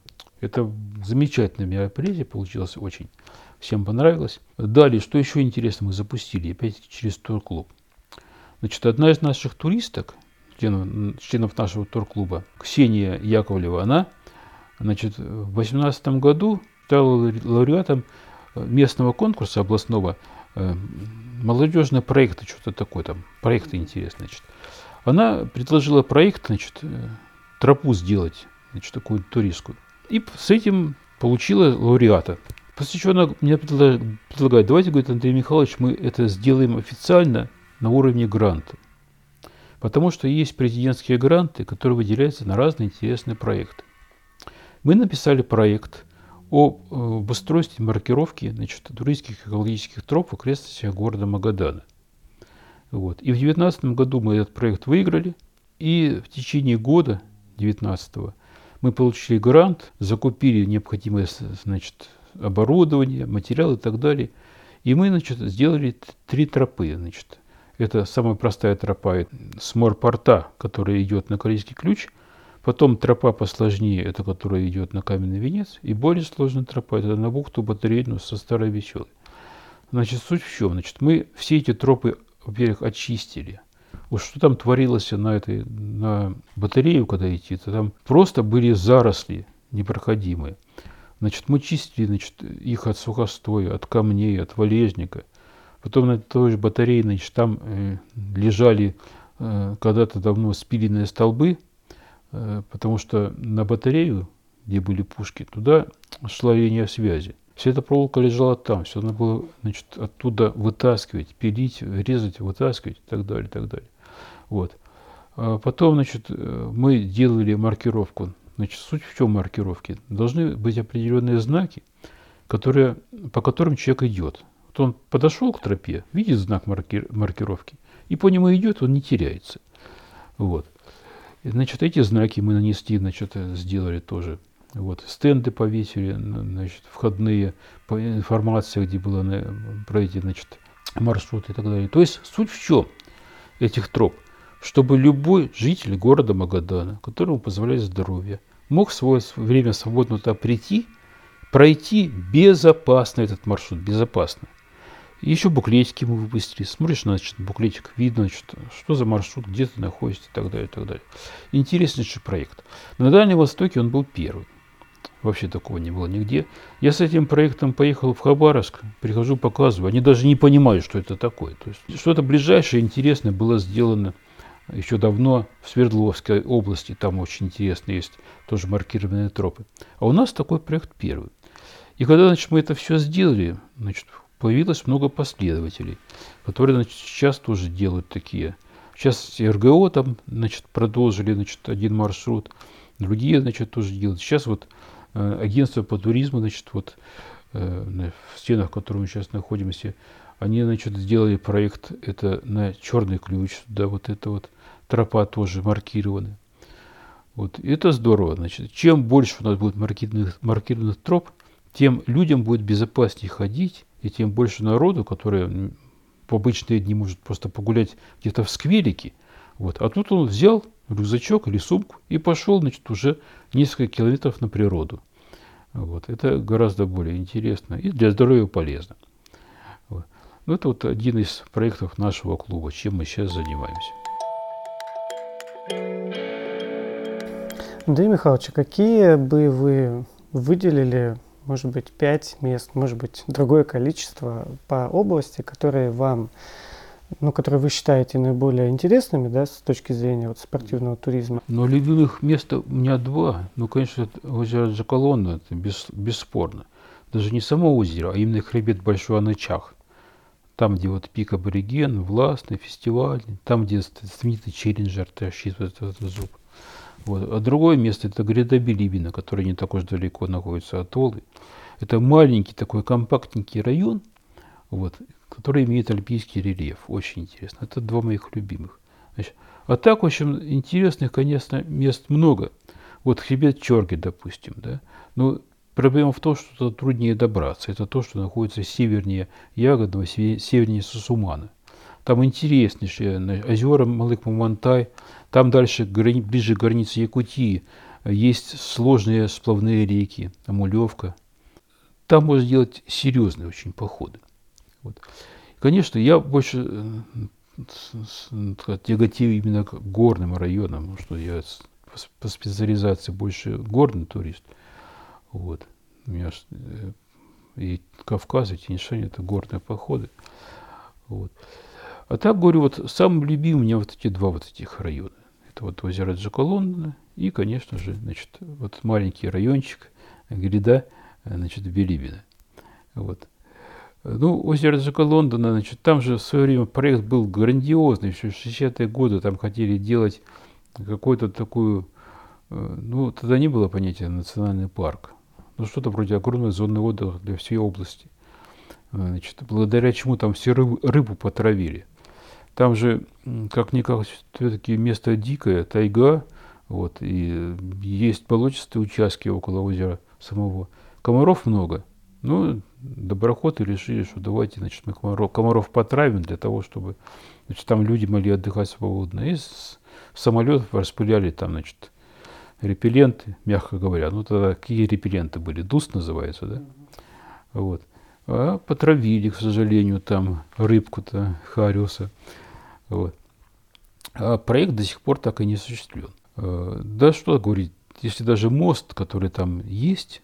Это замечательное мероприятие получилось очень. Всем понравилось. Далее, что еще интересно, мы запустили, опять через турклуб. Значит, одна из наших туристок, членов, членов нашего турклуба, Ксения Яковлева, она, значит, в две тысячи восемнадцатом году стала лауреатом местного конкурса областного э, молодежного проекта, что-то такое там, проекты интересные, значит. Она предложила проект, значит, тропу сделать, значит, такую туристскую. И с этим получила лауреата. После чего она мне предлагает: давайте, говорит, Андрей Михайлович, мы это сделаем официально на уровне гранта. Потому что есть президентские гранты, которые выделяются на разные интересные проекты. Мы написали проект об устройстве маркировки, значит, туристских экологических троп в окрестностях города Магадана. Вот. И в две тысячи девятнадцатом году мы этот проект выиграли, и в течение года, девятнадцатого мы получили грант, закупили необходимое, значит, оборудование, материалы и так далее. И мы, значит, сделали три тропы. Значит. Это самая простая тропа с морпорта, которая идет на Корейский ключ. Потом тропа посложнее, это которая идет на Каменный Венец. И более сложная тропа, это на бухту Батарейную со Старой Веселой. Значит, суть в чем? Значит, мы все эти тропы, во-первых, очистили. Вот что там творилось на этой, на батарею, когда идти, то там просто были заросли непроходимые. Значит, мы чистили, значит, их от сухостоя, от камней, от валежника. Потом на той же батарее, значит, там э, лежали э, когда-то давно спиленные столбы, э, потому что на батарею, где были пушки, туда шла линия связи. Вся эта проволока лежала там, все надо было, значит, оттуда вытаскивать, пилить, резать, вытаскивать и так далее, и так далее. Вот. А потом, значит, мы делали маркировку. Значит, суть в чем маркировки? Должны быть определенные знаки, которые, по которым человек идет. Вот он подошел к тропе, видит знак марки, маркировки, и по нему идет, он не теряется. Вот. И, значит, эти знаки мы нанесли, значит, сделали тоже. Вот. Стенды повесили, значит, входные, по информации, где было про эти, значит, маршруты и так далее. То есть суть в чем этих троп? Чтобы любой житель города Магадана, которому позволяет здоровье, мог в свое время свободно туда прийти, пройти безопасно этот маршрут, безопасно. И еще буклетики мы выпустили. Смотришь, значит, буклетик, видно, значит, что за маршрут, где ты находишься и так далее, и так далее. Интереснейший проект. На Дальнем Востоке он был первый. Вообще такого не было нигде. Я с этим проектом поехал в Хабаровск, прихожу, показываю. Они даже не понимают, что это такое. То есть что-то ближайшее, интересное было сделано еще давно в Свердловской области. Там очень интересно есть тоже маркированные тропы. А у нас такой проект первый. И когда, значит, мы это все сделали, значит, появилось много последователей, которые, значит, сейчас тоже делают такие. Сейчас эр гэ о там, значит, продолжили, значит, один маршрут, другие, значит, тоже делают. Сейчас вот э, агентство по туризму, значит, вот э, в стенах, в которых мы сейчас находимся, они, значит, сделали проект, это на Черный ключ, да, вот это вот тропа тоже маркированы. Вот, и это здорово, значит, чем больше у нас будет маркированных, маркированных троп, тем людям будет безопаснее ходить, и тем больше народу, который в обычные дни может просто погулять где-то в скверике. Вот. А тут он взял рюкзачок или сумку и пошел, значит, уже несколько километров на природу. Вот. Это гораздо более интересно и для здоровья полезно. Вот. Ну, это вот один из проектов нашего клуба, чем мы сейчас занимаемся. Андрей Михайлович, какие бы вы выделили, может быть, пять мест, может быть, другое количество по области, которые вам, ну, которые вы считаете наиболее интересными, да, с точки зрения вот спортивного туризма? Но любимых мест у меня два. Ну, конечно, озеро Джоколондо, это без, бесспорно. Даже не само озеро, а именно хребет Большой Анычах. Там, где вот пик Абориген, Властный, фестивальный, там, где знаменитый Челленджер тащит вот этот зуб. Вот. А другое место — это гряда Билибина, которая не так уж далеко находится от Олы. Это маленький такой компактненький район, вот, который имеет альпийский рельеф. Очень интересно. Это два моих любимых. Значит, а так, в общем, интересных, конечно, мест много. Вот хребет Чорги, допустим, да. Но проблема в том, что туда труднее добраться. Это то, что находится севернее Ягодного, севернее Сусумана. Там интереснейшие озера Малык-Мамонтай. Там дальше, ближе к границе Якутии, есть сложные сплавные реки, Амулевка. Там можно делать серьезные очень походы. Вот. Конечно, я больше тяготею именно к горным районам, потому что я по специализации больше горный турист. Вот. У меня и Кавказ, и Тянь-Шань — это горные походы. Вот. А так, говорю, вот самым любимым у меня вот эти два вот этих района. Это вот озеро Джоколондо и, конечно же, значит, вот маленький райончик, гряда, значит, Билибина. Вот. Ну, озеро Джоколондо, значит, там же в свое время проект был грандиозный, еще в шестидесятые годы там хотели делать какую-то такую, ну, тогда не было понятия национальный парк, ну, что-то вроде огромной зоны отдыха для всей области. Значит, благодаря чему там все рыбу, рыбу потравили. Там же, как-никак, все-таки место дикое, тайга, Вот, и есть болотистые участки около озера самого. Комаров много. Ну, доброходы решили, что давайте, значит, мы комаров, комаров потравим для того, чтобы, значит, там люди могли отдыхать свободно. И с самолетов распыляли там, значит, репелленты, мягко говоря. Ну, тогда какие репелленты были? ДУС называется, да? Вот. А потравили, к сожалению, там рыбку-то, хариуса. Вот. А проект до сих пор так и не осуществлен. Да что говорить, если даже мост, который там есть,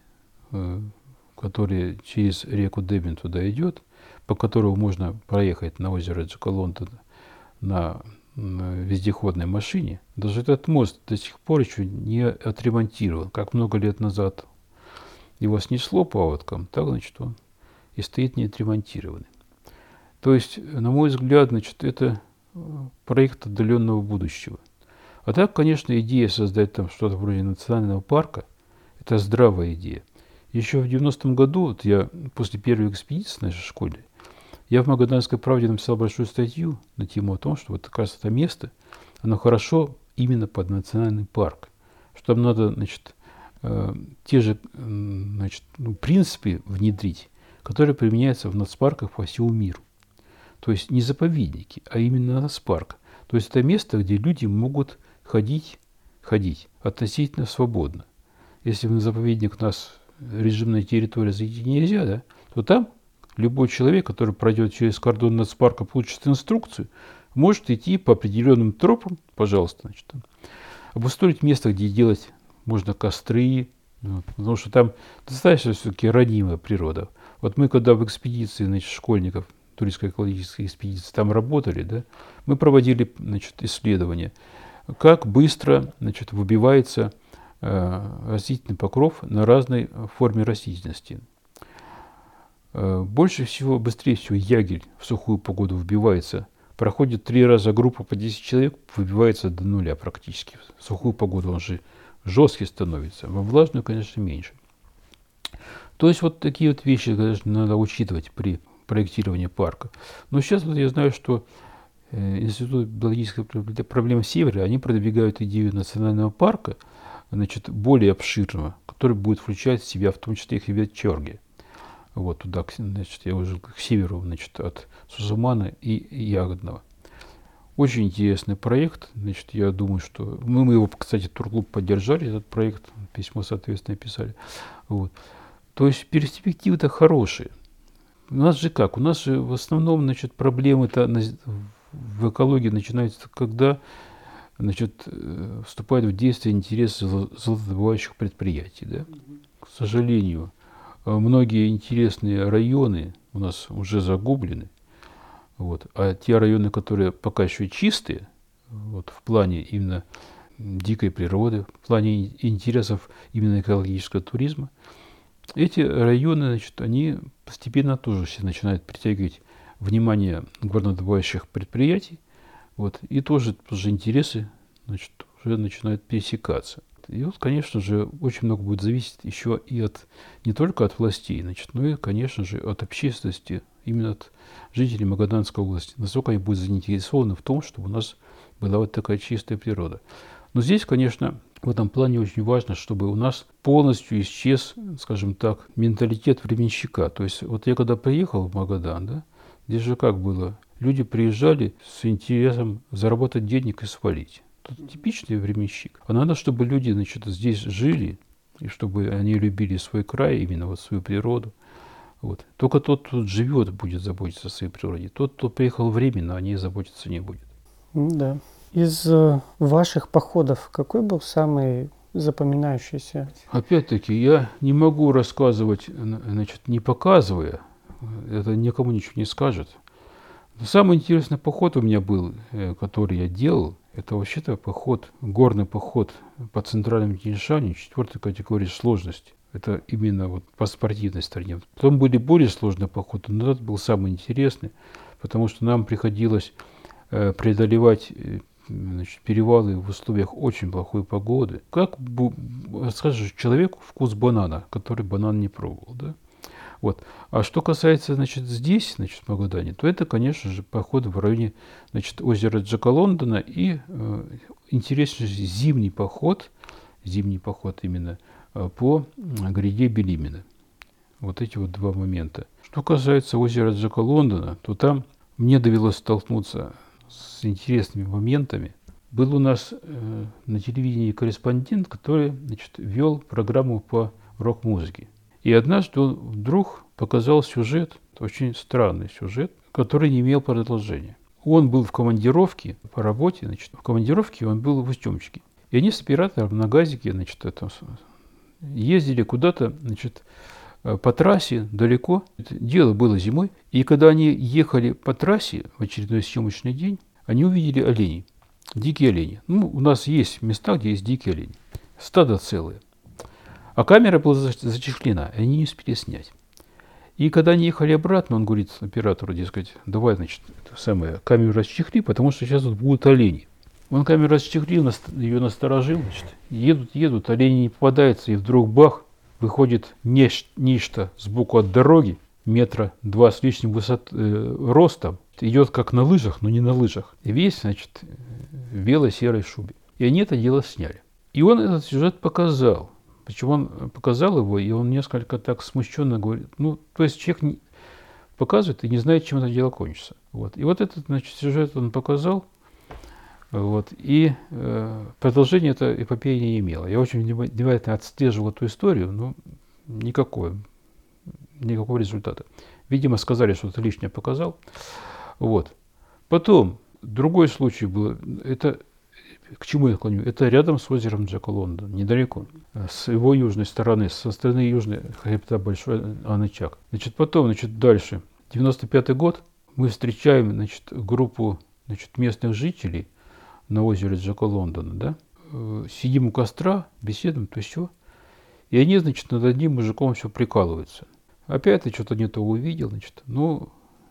который через реку Дебин туда идет, по которому можно проехать на озеро Джакалонта на, на вездеходной машине, даже этот мост до сих пор еще не отремонтирован, как много лет назад его снесло паводком, так, значит, он и стоит не отремонтированный. То есть, на мой взгляд, значит, это проект отдаленного будущего. А так, конечно, идея создать там что-то вроде национального парка – это здравая идея. Еще в девяностом году, вот я после первой экспедиции в нашей школе, я в «Магаданской правде» написал большую статью на тему о том, что вот как раз это место, оно хорошо именно под национальный парк. Что там надо, значит, э, те же, значит, ну, принципы внедрить, которые применяются в нацпарках по всему миру. То есть не заповедники, а именно нацпарк. То есть это место, где люди могут ходить, ходить относительно свободно. Если в заповедник у нас режимная территория зайти нельзя, да, то там любой человек, который пройдет через кордон нацпарка, получит инструкцию, может идти по определенным тропам, пожалуйста, значит, там, обустроить место, где делать можно костры, вот, потому что там достаточно все-таки ранимая природа. Вот мы, когда в экспедиции, значит, школьников, туристско-экологической экспедиции там работали, да, мы проводили, значит, исследования, как быстро, значит, выбивается э, растительный покров на разной форме растительности. Э, больше всего, быстрее всего ягель в сухую погоду вбивается. Проходит три раза группа по десять человек, выбивается до нуля практически. В сухую погоду он же жесткий становится, во влажную, конечно, меньше. То есть вот такие вот вещи, конечно, надо учитывать при проектировании парка. Но сейчас вот я знаю, что Институт биологической проблемы Севера, они продвигают идею национального парка, значит, более обширного, который будет включать в себя в том числе и Хребет-Чорге. Вот туда, значит, я уже к северу, значит, от Сузумана и Ягодного. Очень интересный проект. Значит, я думаю, что мы, мы его, кстати, Турклуб поддержали, этот проект, письмо, соответственно, писали. Вот. То есть перспективы-то хорошие. У нас же как? У нас же в основном, значит, проблемы-то в экологии начинаются, когда, значит, вступают в действие интересы золотодобывающих предприятий. Да? К сожалению, многие интересные районы у нас уже загублены. Вот. А те районы, которые пока еще чистые, вот, в плане именно дикой природы, в плане интересов именно экологического туризма, эти районы, значит, они постепенно тоже все начинают притягивать внимание горнодобывающих предприятий, вот, и тоже, тоже интересы, значит, уже начинают пересекаться. И вот, конечно же, очень много будет зависеть еще и от, не только от властей, значит, но и, конечно же, от общественности, именно от жителей Магаданской области, насколько они будут заинтересованы в том, чтобы у нас была вот такая чистая природа. Но здесь, конечно, в этом плане очень важно, чтобы у нас полностью исчез, скажем так, менталитет временщика. То есть вот я когда приехал в Магадан, да, здесь же как было? Люди приезжали с интересом заработать денег и свалить. Тут типичный временщик. А надо, чтобы люди, значит, здесь жили, и чтобы они любили свой край, именно вот свою природу. Вот. Только тот, кто живет, будет заботиться о своей природе. Тот, кто приехал временно, о ней заботиться не будет. Да. Из э, ваших походов какой был самый запоминающийся? Опять-таки, я не могу рассказывать, значит, не показывая. Это никому ничего не скажет. Но самый интересный поход у меня был, который я делал, это вообще-то поход, горный поход по центральному Тянь-Шаню четвертой категории сложности. Это именно вот по спортивной стороне. Потом были более сложные походы, но этот был самый интересный, потому что нам приходилось э, преодолевать э, значит, перевалы в условиях очень плохой погоды. Как скажешь человеку вкус банана, который банан не пробовал, да? Вот. А что касается, значит, здесь, значит, в Магадане, то это, конечно же, походы в районе, значит, озера Джакалондона и э, интересный зимний поход, зимний поход именно э, по гряде Белимина. Вот эти вот два момента. Что касается озера Джакалондона, то там мне довелось столкнуться с интересными моментами. Был у нас э, на телевидении корреспондент, который, значит, вел программу по рок-музыке. И однажды он вдруг показал сюжет, очень странный сюжет, который не имел продолжения. Он был в командировке по работе, значит, в командировке он был в Устюмчике. И они с оператором на газике, значит, это, ездили куда-то, значит, по трассе далеко. Это дело было зимой. И когда они ехали по трассе в очередной съемочный день, они увидели оленей, дикие олени. Ну, у нас есть места, где есть дикие олени. Стадо целое. А камера была зачехлена, и они не успели снять. И когда они ехали обратно, он говорит оператору, дескать, давай, значит, это самое, камеру расчехли, потому что сейчас тут будут олени. Он камеру расчехлил, ее насторожил, значит, едут, едут, олени не попадаются, и вдруг бах, выходит нечто, нечто сбоку от дороги, метра два с лишним высот, э, ростом, идет как на лыжах, но не на лыжах. И весь, значит, в бело-серой шубе. И они это дело сняли. И он этот сюжет показал. Причем он показал его, и он несколько так смущенно говорит. Ну, то есть человек не показывает и не знает, чем это дело кончится. Вот. И вот этот, значит, сюжет он показал. Вот, и э, продолжение эта эпопея не имела. Я очень внимательно отслеживал эту историю, но никакой, никакого результата. Видимо, сказали, что это лишнее показал. Вот. Потом, другой случай был, это, к чему я клоню? Это рядом с озером Джакалондон, недалеко, с его южной стороны, со стороны южной хребта Большой Анычак. Значит, потом, значит, дальше, девяносто пятый год, мы встречаем, значит, группу, значит, местных жителей на озере Джакалондона, да, сидим у костра, беседуем, то все. И они, значит, над одним мужиком все прикалываются. Опять я что-то не то увидел, значит, ну,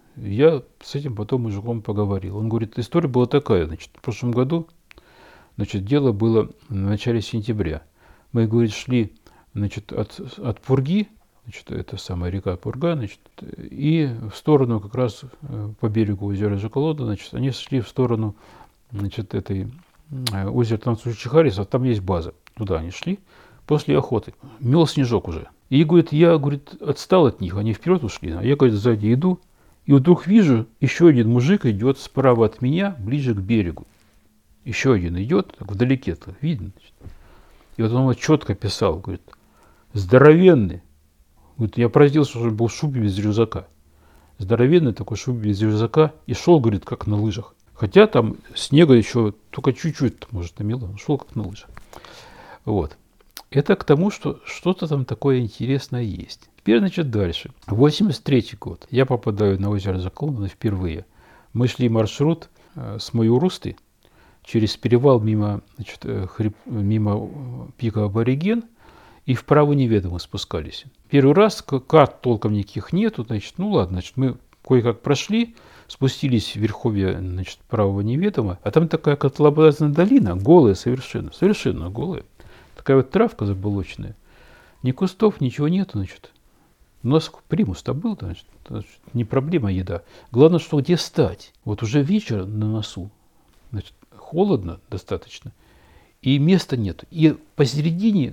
я с этим потом мужиком поговорил. Он говорит, история была такая, значит, в прошлом году, значит, дело было в начале сентября. Мы, говорит, шли, значит, от, от Пурги, значит, это самая река Пурга, значит, и в сторону как раз по берегу озера Джакалондона, значит, они шли в сторону, значит, этой озера Танцующих Харисов, там есть база. Туда они шли после охоты. Мел снежок уже. И, говорит, я, говорит, отстал от них, они вперед ушли, а я, говорит, сзади иду, и вдруг вижу, еще один мужик идет справа от меня, ближе к берегу. Еще один идет, так вдалеке, -то, видно. Значит. И вот он вот четко писал, говорит, здоровенный. Говорит, я поразился, что он был в шубе без рюкзака. Здоровенный такой шубе без рюкзака, и шел, говорит, как на лыжах. Хотя там снега еще только чуть-чуть, может, намело, он шел как на лыжах. Вот. Это к тому, что что-то там такое интересное есть. Теперь, значит, дальше. восемьдесят третий год. Я попадаю на озеро Джакалондона впервые. Мы шли маршрут э, с Майорусты через перевал мимо, значит, хреб, мимо пика Абориген и вправо неведомо спускались. Первый раз карт толком никаких нету, значит, ну ладно, значит, мы кое-как прошли, спустились в верховье, значит, правого неведомо, а там такая котлообразная долина, голая совершенно, совершенно голая. Такая вот травка заболоченная. Ни кустов, ничего нету, значит. У нас примус-то был, значит, не проблема еда. Главное, что где стать. Вот уже вечер на носу, значит, холодно достаточно, и места нет. И посередине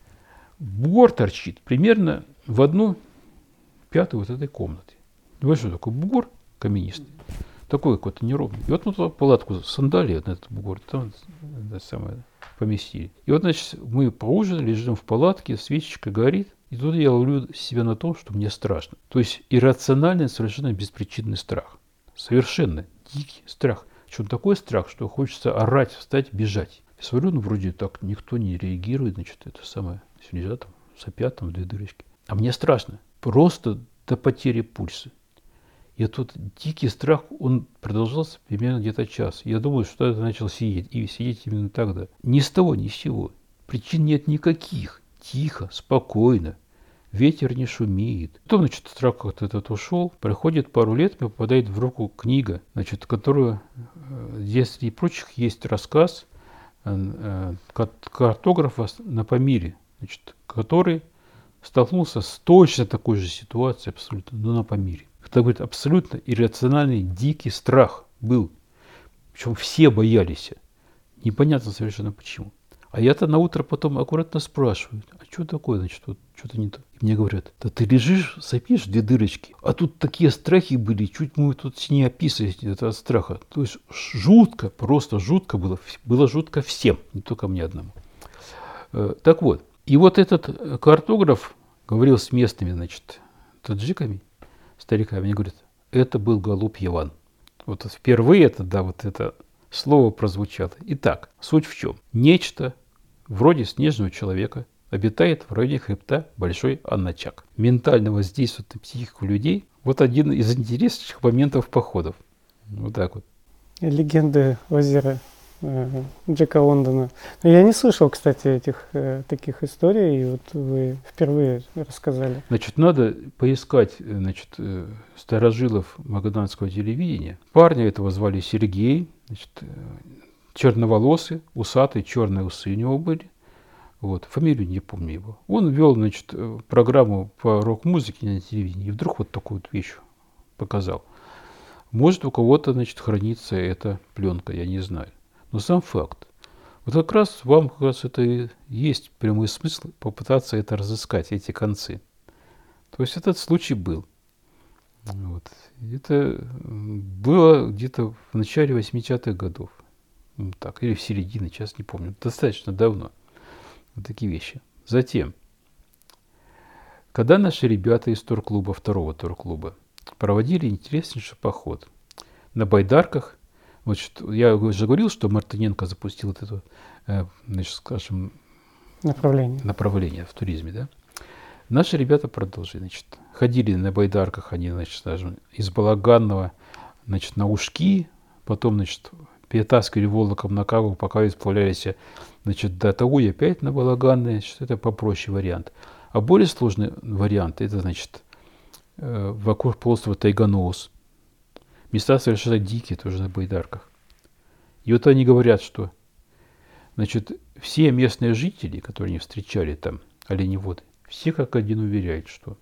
бугор торчит примерно в одну пятую вот этой комнаты. Вот что такое бугор каменистый, такой какой-то неровный. И вот мы туда палатку сандали на этот бугор, там это самое, поместили. И вот, значит, мы поужинали, лежим в палатке, свечечка горит, и тут я ловлю себя на том, что мне страшно. То есть иррациональный, совершенно беспричинный страх. Совершенно дикий страх. Причем такой страх, что хочется орать, встать, бежать. Я смотрю, ну, вроде так никто не реагирует, значит, это самое, все лежат там, сопят там, две дырочки. А мне страшно. Просто до потери пульса. И тот дикий страх, он продолжался примерно где-то час. Я думаю, что я начал сидеть. И сидеть именно тогда. Ни с того, ни с сего. Причин нет никаких. Тихо, спокойно. Ветер не шумит. Потом, значит, страх как-то этот ушел. Проходит пару лет, мне попадает в руку книга, значит, которую, здесь среди прочих есть рассказ картографа на Памире, значит, который столкнулся с точно такой же ситуацией, абсолютно, но на Памире. Это, говорит, абсолютно иррациональный, дикий страх был. Причем все боялись. Непонятно совершенно почему. А я-то на утро потом аккуратно спрашиваю, а что такое, значит, вот что-то не то. И мне говорят, да ты лежишь, сопишь, две дырочки, а тут такие страхи были, чуть мы тут не описывали это от страха. То есть жутко, просто жутко было, было жутко всем, не только мне одному. Так вот, и вот этот картограф говорил с местными, значит, таджиками, стариками, они говорят, это был голубь Иван. Вот впервые это, да, вот это слово прозвучало. Итак, суть в чем? Нечто вроде снежного человека обитает в районе хребта Большой Анначак. Ментально воздействует на психику людей. Вот один из интереснейших моментов походов. Вот так вот. Легенды озера э, Джека Лондона. Но я не слышал, кстати, этих э, таких историй, и вот вы впервые рассказали. Значит, надо поискать, значит, э, старожилов магаданского телевидения. Парня этого звали Сергей, значит, э, черноволосый, усатый, черные усы у него были. Вот, фамилию не помню его. Он вел, значит, программу по рок-музыке на телевидении, и вдруг вот такую вот вещь показал. Может, у кого-то, значит, хранится эта пленка, я не знаю. Но сам факт. Вот как раз вам, как раз, это и есть прямой смысл попытаться это разыскать, эти концы. То есть этот случай был. Вот. Это было где-то в начале восьмидесятых годов. Ну, так, или в середине, сейчас не помню. Достаточно давно. Вот такие вещи. Затем, когда наши ребята из турклуба, второго турклуба, проводили интереснейший поход на байдарках, вот что, я уже говорил, что Мартыненко запустил вот это, значит, скажем, направление. направление в туризме, да? Наши ребята продолжили, значит, ходили на байдарках, они, значит, скажем, из Балаганного, значит, на Ушки, потом, значит, перетаскивали волоком на Каву, пока сплавлялись, значит, до Тауи опять на Балаганное, значит, это попроще вариант. А более сложный вариант, это, значит, вокруг полуострова Тайганоус. Места совершенно дикие, тоже на байдарках. И вот они говорят, что, значит, все местные жители, которые они встречали там, оленеводы, все как один уверяют, что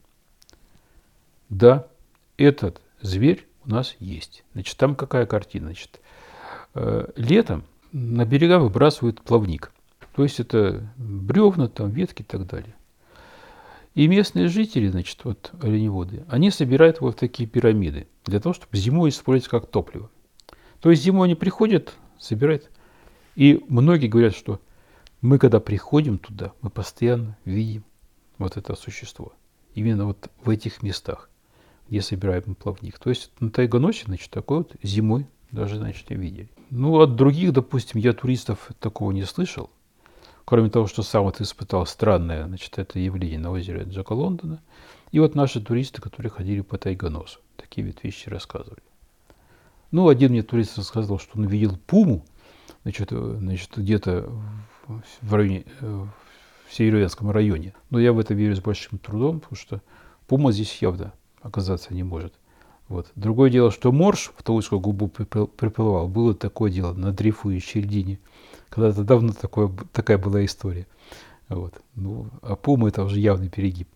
да, этот зверь у нас есть. Значит, там какая картина? Значит, э, летом на берега выбрасывают плавник. То есть это бревна, там, ветки и так далее. И местные жители, значит, вот оленеводы, они собирают его в такие пирамиды для того, чтобы зимой использовать как топливо. То есть зимой они приходят, собирают. И многие говорят, что мы, когда приходим туда, мы постоянно видим вот это существо. Именно вот в этих местах, где собираем плавник. То есть на Тайганосе, значит, такой вот зимой даже, значит, видели. Ну, от других, допустим, я туристов такого не слышал. Кроме того, что сам вот испытал странное, значит, это явление на озере Джека Лондона. И вот наши туристы, которые ходили по Тайганосу, такие вот вещи рассказывали. Ну, один мне турист рассказал, что он видел пуму, значит, значит где-то в районе, в Северодвинском районе. Но я в это верю с большим трудом, потому что пума здесь явно оказаться не может. Вот. Другое дело, что морж в Таурскую губу приплывал. Было такое дело на дрейфующей льдине. Когда-то давно такое, такая была история. Вот. Ну, а пума это уже явный перегиб.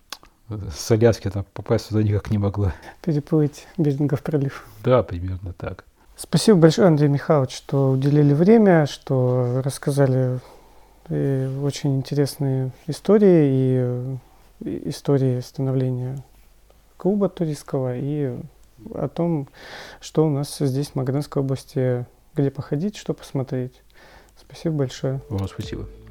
С Аляски там попасть туда никак не могла. Переплыть Берингов пролив. Да, примерно так. Спасибо большое, Андрей Михайлович, что уделили время, что рассказали очень интересные истории и истории становления клуба туристского и о том, что у нас здесь в Магаданской области, где походить, что посмотреть. Спасибо большое. Вам спасибо.